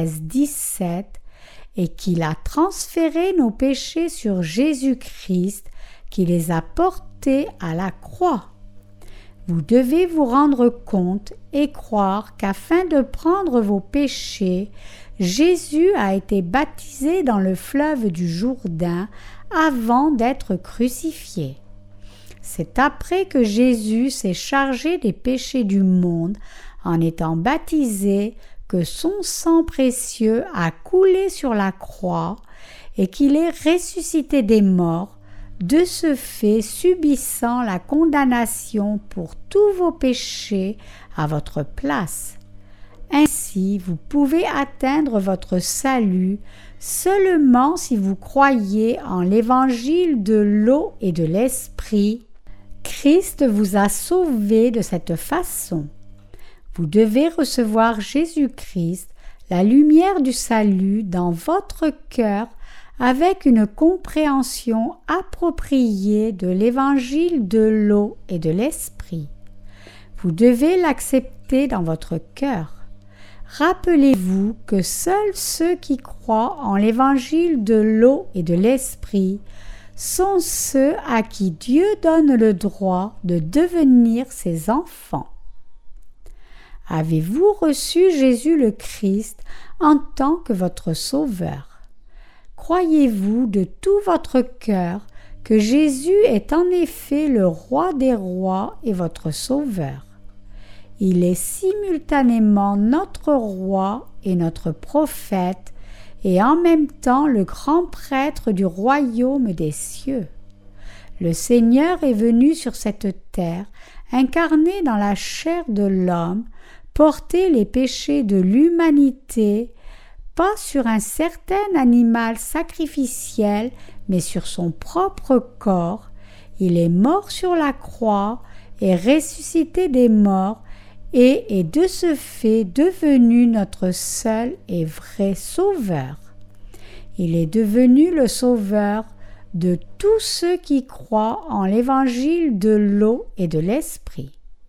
13-17, et qu'il a transféré nos péchés sur Jésus-Christ, qui les a portés à la croix. Vous devez vous rendre compte et croire qu'afin de prendre vos péchés, Jésus a été baptisé dans le fleuve du Jourdain avant d'être crucifié. C'est après que Jésus s'est chargé des péchés du monde en étant baptisé que son sang précieux a coulé sur la croix et qu'il est ressuscité des morts, de ce fait subissant la condamnation pour tous vos péchés à votre place. Ainsi, vous pouvez atteindre votre salut seulement si vous croyez en l'évangile de l'eau et de l'esprit. Christ vous a sauvé de cette façon. Vous devez recevoir Jésus-Christ, la lumière du salut, dans votre cœur avec une compréhension appropriée de l'évangile de l'eau et de l'esprit. Vous devez l'accepter dans votre cœur. Rappelez-vous que seuls ceux qui croient en l'évangile de l'eau et de l'esprit sont ceux à qui Dieu donne le droit de devenir ses enfants. Avez-vous reçu Jésus le Christ en tant que votre Sauveur? Croyez-vous de tout votre cœur que Jésus est en effet le Roi des rois et votre Sauveur? Il est simultanément notre Roi et notre Prophète, et en même temps le grand prêtre du royaume des cieux. Le Seigneur est venu sur cette terre, incarné dans la chair de l'homme, porter les péchés de l'humanité, pas sur un certain animal sacrificiel, mais sur son propre corps. Il est mort sur la croix et ressuscité des morts, et est de ce fait devenu notre seul et vrai Sauveur. Il est devenu le Sauveur de tous ceux qui croient en l'évangile de l'eau et de l'esprit.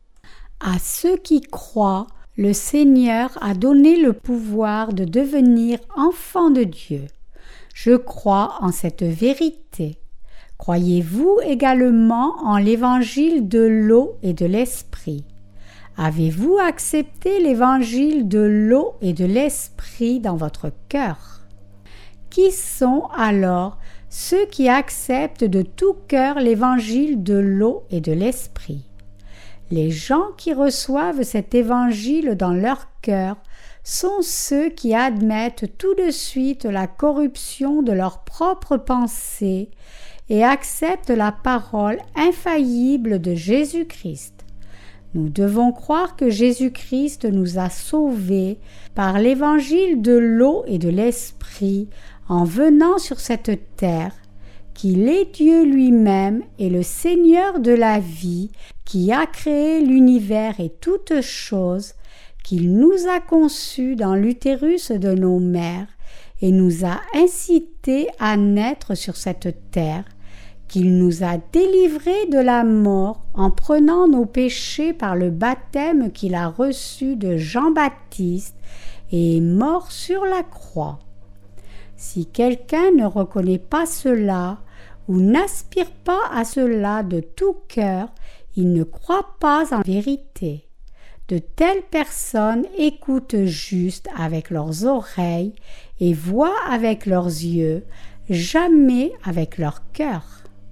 À ceux qui croient, le Seigneur a donné le pouvoir de devenir enfants de Dieu. Je crois en cette vérité. Croyez-vous également en l'évangile de l'eau et de l'esprit? Avez-vous accepté l'évangile de l'eau et de l'esprit dans votre cœur? Qui sont alors ceux qui acceptent de tout cœur l'évangile de l'eau et de l'esprit? Les gens qui reçoivent cet évangile dans leur cœur sont ceux qui admettent tout de suite la corruption de leurs propres pensées et acceptent la parole infaillible de Jésus-Christ. Nous devons croire que Jésus-Christ nous a sauvés par l'évangile de l'eau et de l'esprit en venant sur cette terre, qu'il est Dieu lui-même et le Seigneur de la vie, qui a créé l'univers et toutes choses, qu'il nous a conçus dans l'utérus de nos mères et nous a incités à naître sur cette terre, qu'il nous a délivrés de la mort en prenant nos péchés par le baptême qu'il a reçu de Jean-Baptiste et est mort sur la croix. Si quelqu'un ne reconnaît pas cela ou n'aspire pas à cela de tout cœur, il ne croit pas en vérité. De telles personnes écoutent juste avec leurs oreilles et voient avec leurs yeux, jamais avec leur cœur.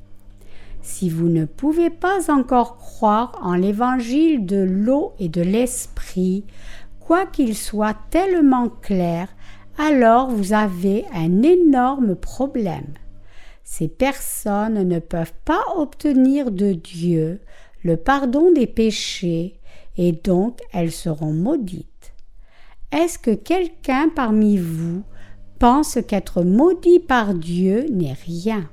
Si vous ne pouvez pas encore croire en l'évangile de l'eau et de l'esprit, quoiqu'il soit tellement clair, alors vous avez un énorme problème. Ces personnes ne peuvent pas obtenir de Dieu le pardon des péchés et donc elles seront maudites. Est-ce que quelqu'un parmi vous pense qu'être maudit par Dieu n'est rien?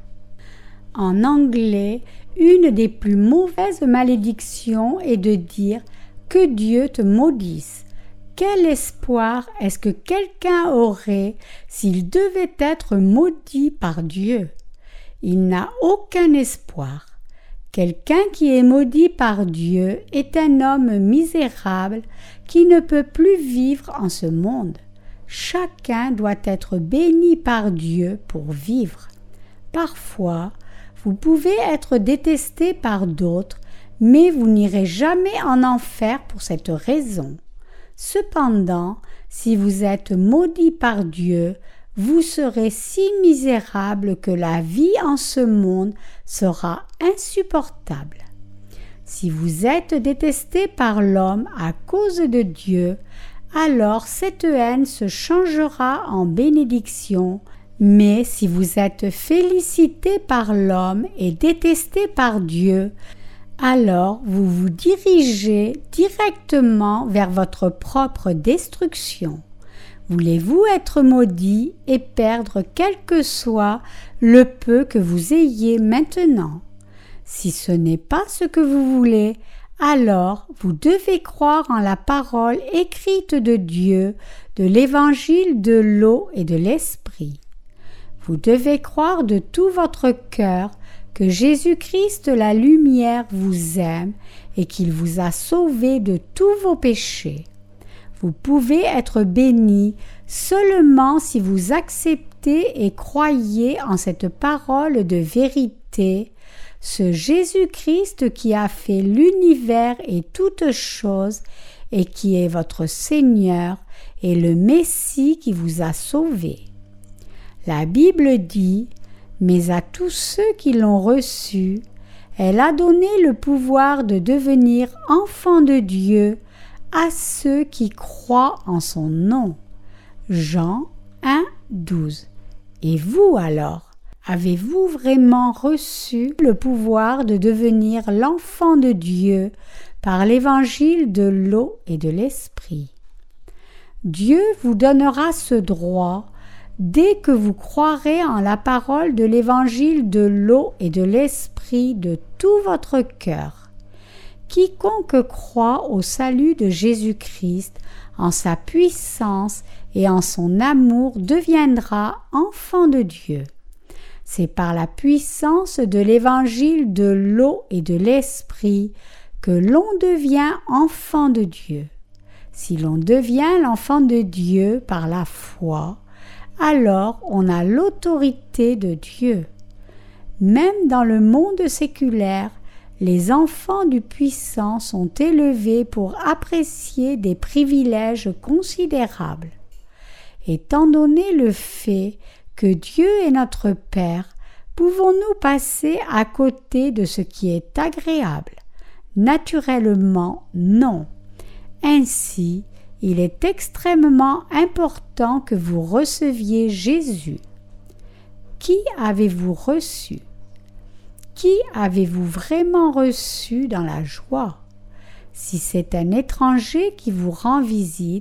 En anglais, une des plus mauvaises malédictions est de dire « que Dieu te maudisse ». Quel espoir est-ce que quelqu'un aurait s'il devait être maudit par Dieu? Il n'a aucun espoir. Quelqu'un qui est maudit par Dieu est un homme misérable qui ne peut plus vivre en ce monde. Chacun doit être béni par Dieu pour vivre. Parfois, vous pouvez être détesté par d'autres, mais vous n'irez jamais en enfer pour cette raison. Cependant, si vous êtes maudit par Dieu, vous serez si misérable que la vie en ce monde sera insupportable. Si vous êtes détesté par l'homme à cause de Dieu, alors cette haine se changera en bénédiction, mais si vous êtes félicité par l'homme et détesté par Dieu, alors vous vous dirigez directement vers votre propre destruction. Voulez-vous être maudit et perdre quel que soit le peu que vous ayez maintenant? Si ce n'est pas ce que vous voulez, alors vous devez croire en la parole écrite de Dieu, de l'évangile de l'eau et de l'esprit. Vous devez croire de tout votre cœur que Jésus-Christ la lumière vous aime et qu'il vous a sauvé de tous vos péchés. Vous pouvez être béni seulement si vous acceptez et croyez en cette parole de vérité, ce Jésus-Christ qui a fait l'univers et toutes choses et qui est votre Seigneur et le Messie qui vous a sauvé. La Bible dit « Mais à tous ceux qui l'ont reçu, elle a donné le pouvoir de devenir enfants de Dieu à ceux qui croient en son nom. » Jean 1, 12. Et vous alors, avez-vous vraiment reçu le pouvoir de devenir l'enfant de Dieu par l'évangile de l'eau et de l'esprit? Dieu vous donnera ce droit dès que vous croirez en la parole de l'évangile de l'eau et de l'esprit de tout votre cœur. Quiconque croit au salut de Jésus-Christ, en sa puissance et en son amour deviendra enfant de Dieu. C'est par la puissance de l'évangile de l'eau et de l'esprit que l'on devient enfant de Dieu. Si l'on devient l'enfant de Dieu par la foi, alors on a l'autorité de Dieu. Même dans le monde séculaire, les enfants du puissant sont élevés pour apprécier des privilèges considérables. Étant donné le fait que Dieu est notre Père, pouvons-nous passer à côté de ce qui est agréable? Naturellement, non. Ainsi, il est extrêmement important que vous receviez Jésus. Qui avez-vous reçu? Qui avez-vous vraiment reçu dans la joie? Si c'est un étranger qui vous rend visite,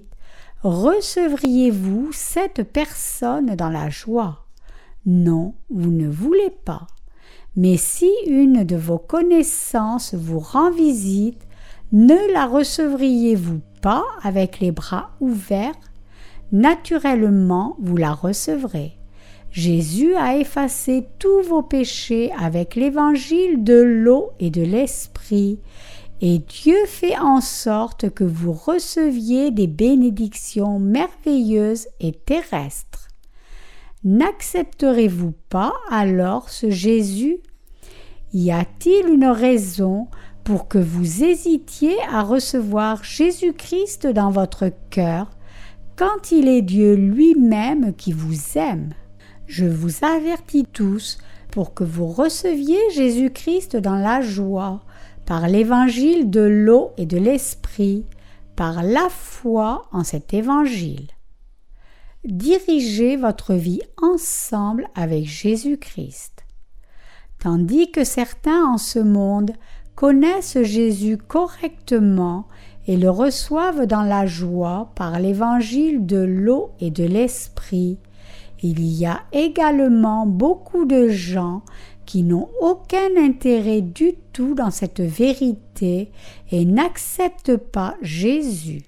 recevriez-vous cette personne dans la joie? Non, vous ne voulez pas. Mais si une de vos connaissances vous rend visite, ne la recevriez-vous pas avec les bras ouverts, naturellement vous la recevrez. Jésus a effacé tous vos péchés avec l'évangile de l'eau et de l'esprit, et Dieu fait en sorte que vous receviez des bénédictions merveilleuses et terrestres. N'accepterez-vous pas alors ce Jésus? Y a-t-il une raison pour que vous hésitiez à recevoir Jésus-Christ dans votre cœur quand il est Dieu lui-même qui vous aime? Je vous avertis tous pour que vous receviez Jésus-Christ dans la joie, par l'évangile de l'eau et de l'esprit, par la foi en cet évangile. Dirigez votre vie ensemble avec Jésus-Christ. Tandis que certains en ce monde connaissent Jésus correctement et le reçoivent dans la joie par l'évangile de l'eau et de l'esprit, il y a également beaucoup de gens qui n'ont aucun intérêt du tout dans cette vérité et n'acceptent pas Jésus.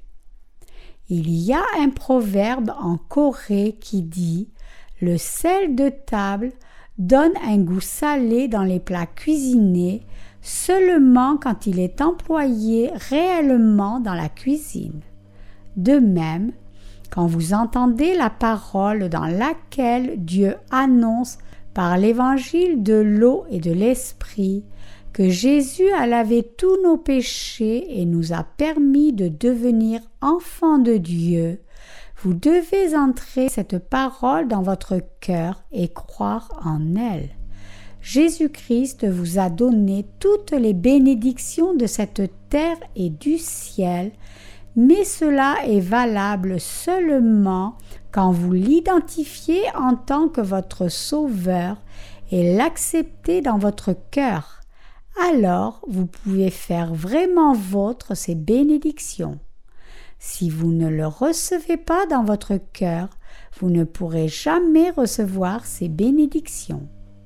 Il y a un proverbe en Corée qui dit « Le sel de table donne un goût salé dans les plats cuisinés seulement quand il est employé réellement dans la cuisine. » De même, quand vous entendez la parole dans laquelle Dieu annonce par l'évangile de l'eau et de l'esprit que Jésus a lavé tous nos péchés et nous a permis de devenir enfants de Dieu, vous devez entrer cette parole dans votre cœur et croire en elle. Jésus-Christ vous a donné toutes les bénédictions de cette terre et du ciel, mais cela est valable seulement quand vous l'identifiez en tant que votre sauveur et l'acceptez dans votre cœur. Alors vous pouvez faire vraiment vôtre ces bénédictions. Si vous ne le recevez pas dans votre cœur, vous ne pourrez jamais recevoir ces bénédictions.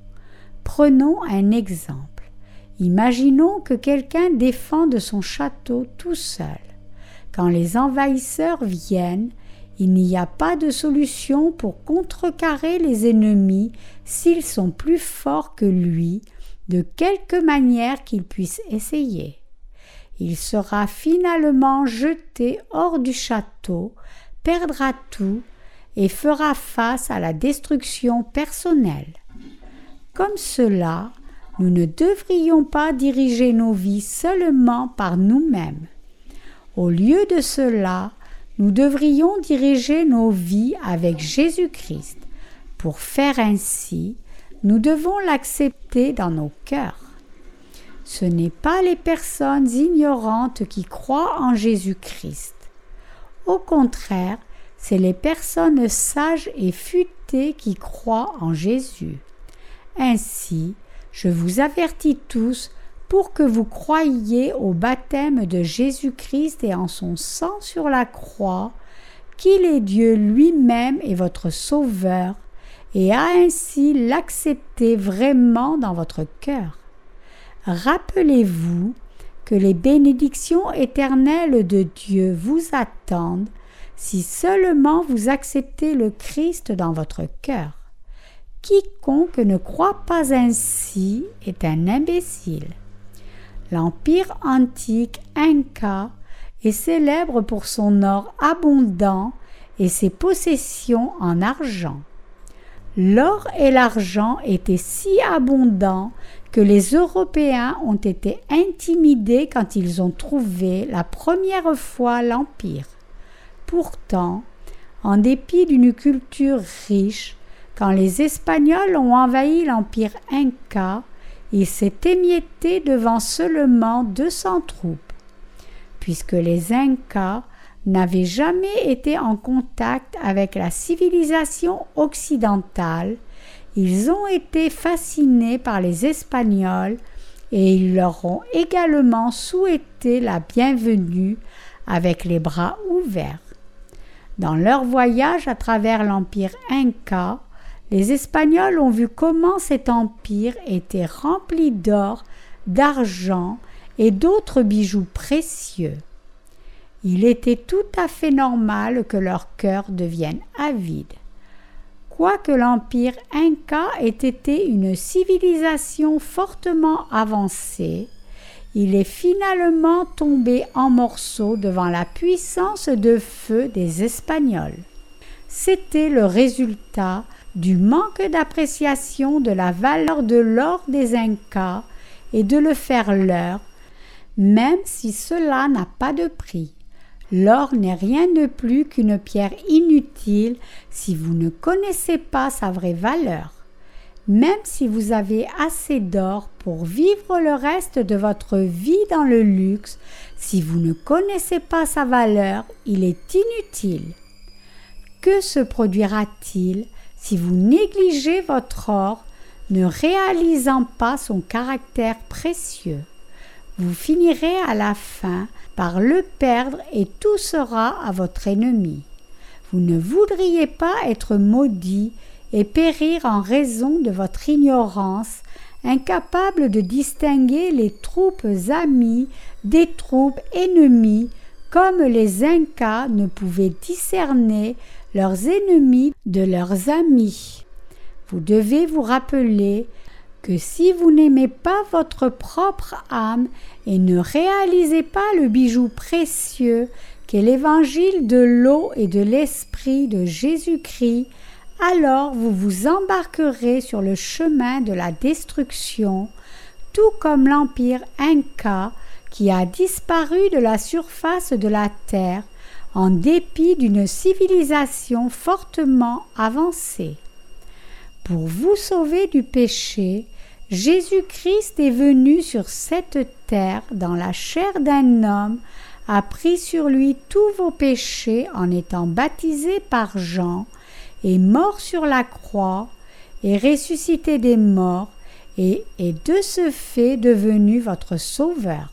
Prenons un exemple. Imaginons que quelqu'un défende son château tout seul. Quand les envahisseurs viennent, il n'y a pas de solution pour contrecarrer les ennemis s'ils sont plus forts que lui, de quelque manière qu'ils puissent essayer. Il sera finalement jeté hors du château, perdra tout et fera face à la destruction personnelle. Comme cela, nous ne devrions pas diriger nos vies seulement par nous-mêmes. Au lieu de cela, nous devrions diriger nos vies avec Jésus-Christ. Pour faire ainsi, nous devons l'accepter dans nos cœurs. Ce n'est pas les personnes ignorantes qui croient en Jésus-Christ. Au contraire, c'est les personnes sages et futées qui croient en Jésus. Ainsi, je vous avertis tous pour que vous croyiez au baptême de Jésus-Christ et en son sang sur la croix, qu'il est Dieu lui-même et votre Sauveur, et à ainsi l'accepter vraiment dans votre cœur. Rappelez-vous que les bénédictions éternelles de Dieu vous attendent si seulement vous acceptez le Christ dans votre cœur. Quiconque ne croit pas ainsi est un imbécile. L'empire antique Inca est célèbre pour son or abondant et ses possessions en argent. L'or et l'argent étaient si abondants que les Européens ont été intimidés quand ils ont trouvé la première fois l'Empire. Pourtant, en dépit d'une culture riche, quand les Espagnols ont envahi l'Empire Inca, il s'est émietté devant seulement 200 troupes. Puisque les Incas n'avaient jamais été en contact avec la civilisation occidentale, ils ont été fascinés par les Espagnols et ils leur ont également souhaité la bienvenue avec les bras ouverts. Dans leur voyage à travers l'Empire Inca, les Espagnols ont vu comment cet empire était rempli d'or, d'argent et d'autres bijoux précieux. Il était tout à fait normal que leur cœur devienne avide. Quoique l'empire Inca ait été une civilisation fortement avancée, il est finalement tombé en morceaux devant la puissance de feu des Espagnols. C'était le résultat du manque d'appréciation de la valeur de l'or des Incas et de le faire leur, même si cela n'a pas de prix. L'or n'est rien de plus qu'une pierre inutile si vous ne connaissez pas sa vraie valeur. Même si vous avez assez d'or pour vivre le reste de votre vie dans le luxe, si vous ne connaissez pas sa valeur, il est inutile. Que se produira-t-il si vous négligez votre or, ne réalisant pas son caractère précieux? Vous finirez à la fin par le perdre et tout sera à votre ennemi. Vous ne voudriez pas être maudit et périr en raison de votre ignorance, incapable de distinguer les troupes amies des troupes ennemies, comme les Incas ne pouvaient discerner leurs ennemis de leurs amis. Vous devez vous rappeler que si vous n'aimez pas votre propre âme et ne réalisez pas le bijou précieux qu'est l'évangile de l'eau et de l'esprit de Jésus-Christ, alors vous vous embarquerez sur le chemin de la destruction, tout comme l'empire Inca qui a disparu de la surface de la terre en dépit d'une civilisation fortement avancée. Pour vous sauver du péché, Jésus-Christ est venu sur cette terre dans la chair d'un homme, a pris sur lui tous vos péchés en étant baptisé par Jean, est mort sur la croix, est ressuscité des morts et est de ce fait devenu votre sauveur.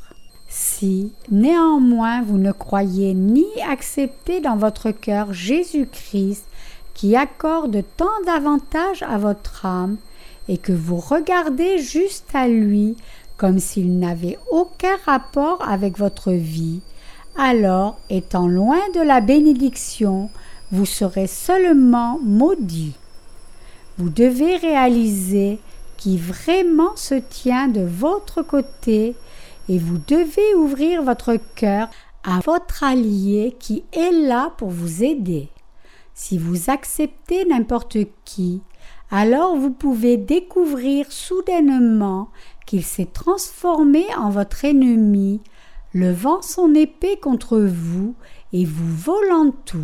Si, néanmoins, vous ne croyez ni accepter dans votre cœur Jésus-Christ, qui accorde tant d'avantages à votre âme, et que vous regardez juste à lui comme s'il n'avait aucun rapport avec votre vie, alors, étant loin de la bénédiction, vous serez seulement maudit. Vous devez réaliser qui vraiment se tient de votre côté et vous devez ouvrir votre cœur à votre allié qui est là pour vous aider. Si vous acceptez n'importe qui, alors vous pouvez découvrir soudainement qu'il s'est transformé en votre ennemi, levant son épée contre vous et vous volant tout.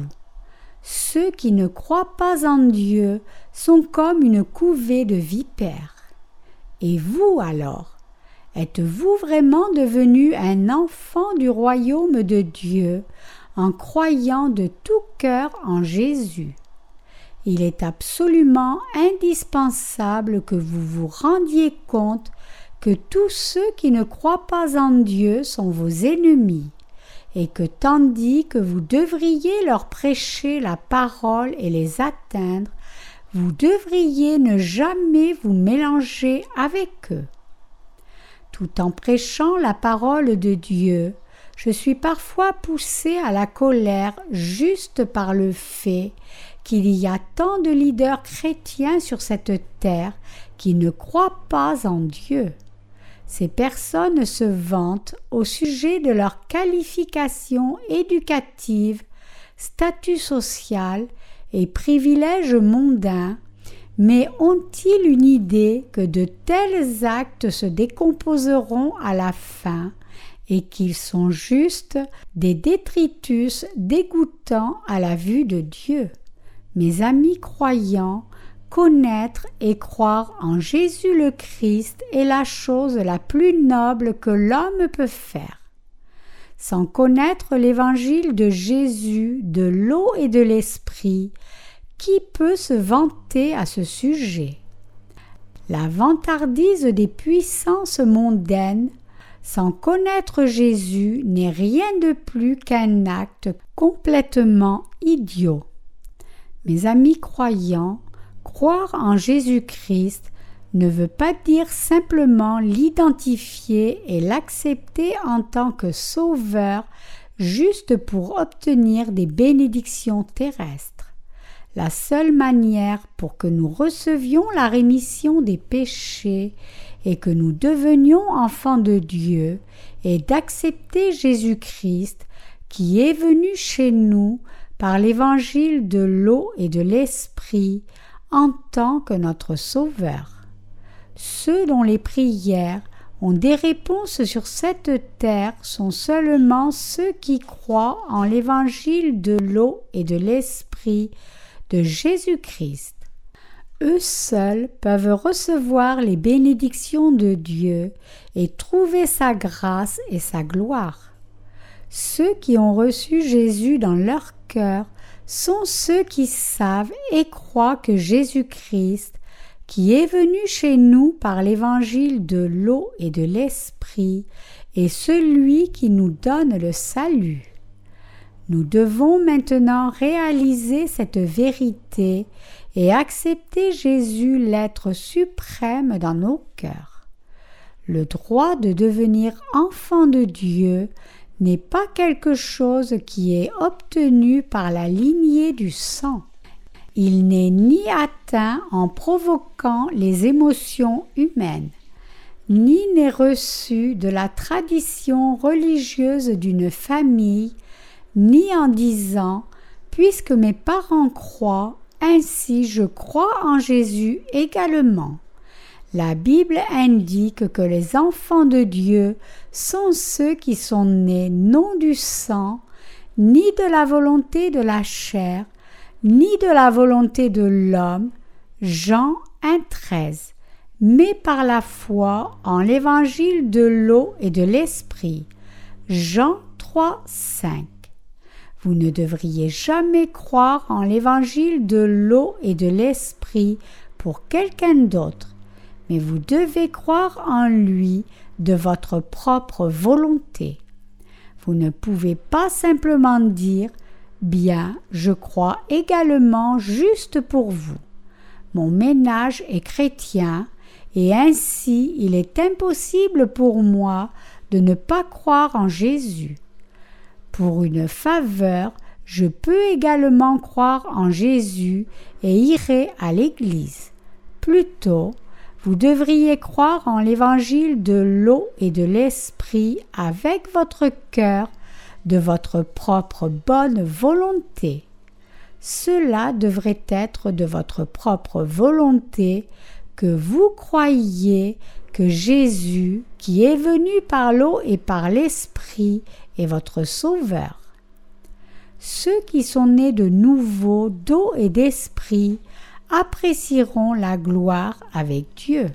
Ceux qui ne croient pas en Dieu sont comme une couvée de vipères. Et vous alors, êtes-vous vraiment devenu un enfant du royaume de Dieu en croyant de tout cœur en Jésus? Il est absolument indispensable que vous vous rendiez compte que tous ceux qui ne croient pas en Dieu sont vos ennemis, et que tandis que vous devriez leur prêcher la parole et les atteindre, vous devriez ne jamais vous mélanger avec eux. Tout en prêchant la parole de Dieu, je suis parfois poussée à la colère juste par le fait qu'il y a tant de leaders chrétiens sur cette terre qui ne croient pas en Dieu. Ces personnes se vantent au sujet de leur qualification éducative, statut social et privilèges mondains, mais ont-ils une idée que de tels actes se décomposeront à la fin et qu'ils sont juste des détritus dégoûtants à la vue de Dieu? Mes amis croyants, connaître et croire en Jésus le Christ est la chose la plus noble que l'homme peut faire. Sans connaître l'évangile de Jésus, de l'eau et de l'esprit, qui peut se vanter à ce sujet? La vantardise des puissances mondaines, sans connaître Jésus, n'est rien de plus qu'un acte complètement idiot. Mes amis croyants, croire en Jésus-Christ ne veut pas dire simplement l'identifier et l'accepter en tant que sauveur juste pour obtenir des bénédictions terrestres. La seule manière pour que nous recevions la rémission des péchés et que nous devenions enfants de Dieu est d'accepter Jésus-Christ qui est venu chez nous par l'évangile de l'eau et de l'esprit en tant que notre Sauveur. Ceux dont les prières ont des réponses sur cette terre sont seulement ceux qui croient en l'évangile de l'eau et de l'esprit de Jésus-Christ. Eux seuls peuvent recevoir les bénédictions de Dieu et trouver sa grâce et sa gloire. Ceux qui ont reçu Jésus dans leur cœur sont ceux qui savent et croient que Jésus-Christ, qui est venu chez nous par l'évangile de l'eau et de l'esprit, est celui qui nous donne le salut. Nous devons maintenant réaliser cette vérité et accepter Jésus l'être suprême dans nos cœurs. Le droit de devenir enfant de Dieu n'est pas quelque chose qui est obtenu par la lignée du sang. Il n'est ni atteint en provoquant les émotions humaines, ni n'est reçu de la tradition religieuse d'une famille, ni en disant « puisque mes parents croient, ainsi je crois en Jésus également ». La Bible indique que les enfants de Dieu sont ceux qui sont nés non du sang, ni de la volonté de la chair, ni de la volonté de l'homme, Jean 1,13, mais par la foi en l'évangile de l'eau et de l'esprit, Jean 3,5. Vous ne devriez jamais croire en l'évangile de l'eau et de l'esprit pour quelqu'un d'autre, mais vous devez croire en lui de votre propre volonté. Vous ne pouvez pas simplement dire « Bien, je crois également juste pour vous. Mon ménage est chrétien et ainsi il est impossible pour moi de ne pas croire en Jésus. Pour une faveur, je peux également croire en Jésus et irai à l'église. Plutôt, vous devriez croire en l'évangile de l'eau et de l'esprit avec votre cœur, de votre propre bonne volonté. Cela devrait être de votre propre volonté que vous croyiez que Jésus, qui est venu par l'eau et par l'esprit, est votre Sauveur. Ceux qui sont nés de nouveau d'eau et d'esprit apprécieront la gloire avec Dieu.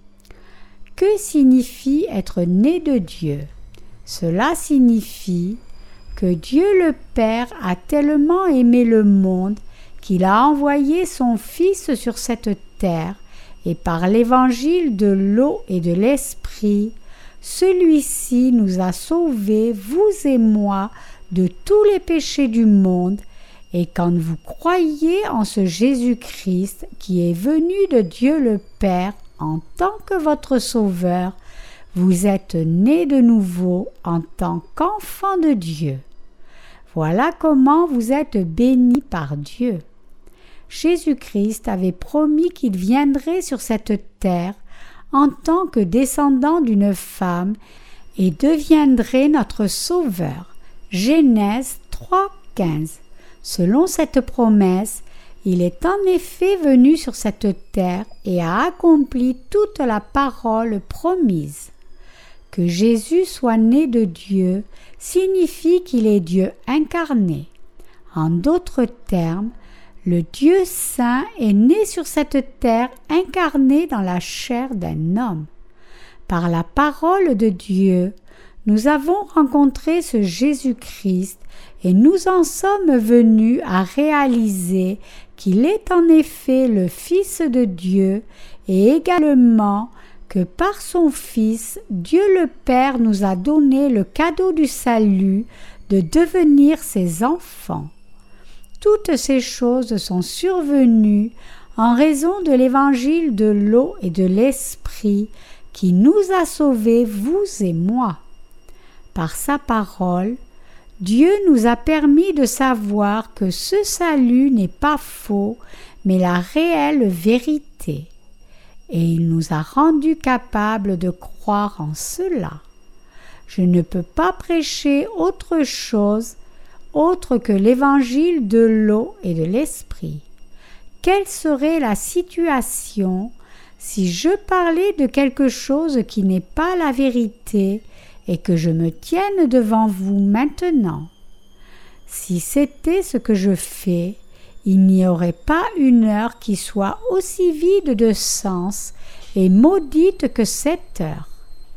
Que signifie être né de Dieu? Cela signifie que Dieu le Père a tellement aimé le monde qu'il a envoyé son Fils sur cette terre et par l'évangile de l'eau et de l'esprit, celui-ci nous a sauvés, vous et moi, de tous les péchés du monde. Et quand vous croyez en ce Jésus-Christ qui est venu de Dieu le Père en tant que votre Sauveur, vous êtes nés de nouveau en tant qu'enfants de Dieu. Voilà comment vous êtes bénis par Dieu. Jésus-Christ avait promis qu'il viendrait sur cette terre en tant que descendant d'une femme et deviendrait notre Sauveur. Genèse 3,15. Selon cette promesse, il est en effet venu sur cette terre et a accompli toute la parole promise. Que Jésus soit né de Dieu signifie qu'il est Dieu incarné. En d'autres termes, le Dieu saint est né sur cette terre incarné dans la chair d'un homme. Par la parole de Dieu, nous avons rencontré ce Jésus-Christ et nous en sommes venus à réaliser qu'il est en effet le Fils de Dieu et également que par son Fils, Dieu le Père nous a donné le cadeau du salut de devenir ses enfants. Toutes ces choses sont survenues en raison de l'évangile de l'eau et de l'esprit qui nous a sauvés, vous et moi. Par sa parole, Dieu nous a permis de savoir que ce salut n'est pas faux, mais la réelle vérité. Et il nous a rendus capables de croire en cela. Je ne peux pas prêcher autre chose autre que l'évangile de l'eau et de l'esprit. Quelle serait la situation si je parlais de quelque chose qui n'est pas la vérité et que je me tienne devant vous maintenant? Si c'était ce que je fais, il n'y aurait pas une heure qui soit aussi vide de sens et maudite que cette heure.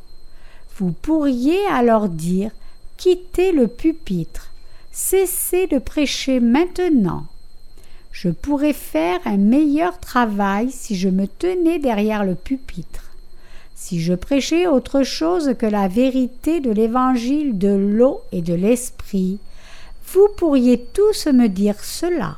Vous pourriez alors dire « Quittez le pupitre, cessez de prêcher maintenant ». Je pourrais faire un meilleur travail si je me tenais derrière le pupitre. Si je prêchais autre chose que la vérité de l'évangile de l'eau et de l'esprit, vous pourriez tous me dire cela.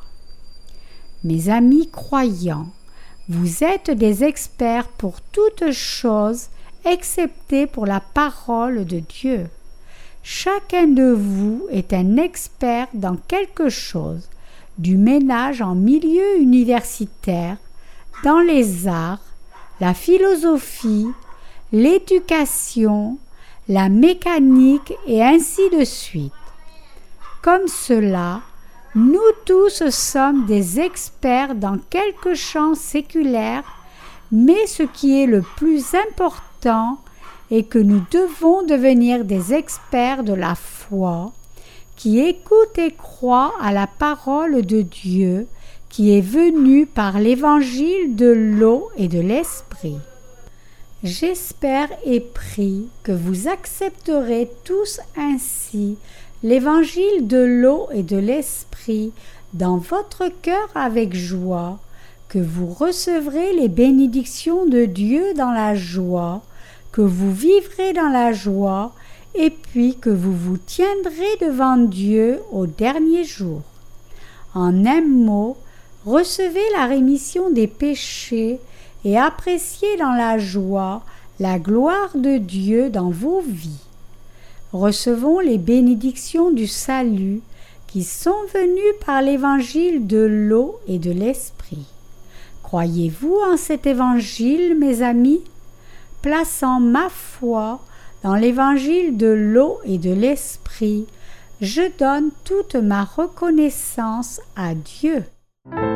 Mes amis croyants, vous êtes des experts pour toutes choses excepté pour la parole de Dieu. Chacun de vous est un expert dans quelque chose, du ménage en milieu universitaire, dans les arts, la philosophie, l'éducation, la mécanique et ainsi de suite. Comme cela, nous tous sommes des experts dans quelque champ séculaire, mais ce qui est le plus important est que nous devons devenir des experts de la foi, qui écoutent et croient à la parole de Dieu, qui est venue par l'évangile de l'eau et de l'esprit. J'espère et prie que vous accepterez tous ainsi l'évangile de l'eau et de l'esprit dans votre cœur avec joie, que vous recevrez les bénédictions de Dieu dans la joie, que vous vivrez dans la joie, et puis que vous vous tiendrez devant Dieu au dernier jour. En un mot, recevez la rémission des péchés et appréciez dans la joie la gloire de Dieu dans vos vies. Recevons les bénédictions du salut qui sont venues par l'évangile de l'eau et de l'esprit. Croyez-vous en cet évangile, mes amis? Plaçant ma foi dans l'évangile de l'eau et de l'esprit, je donne toute ma reconnaissance à Dieu.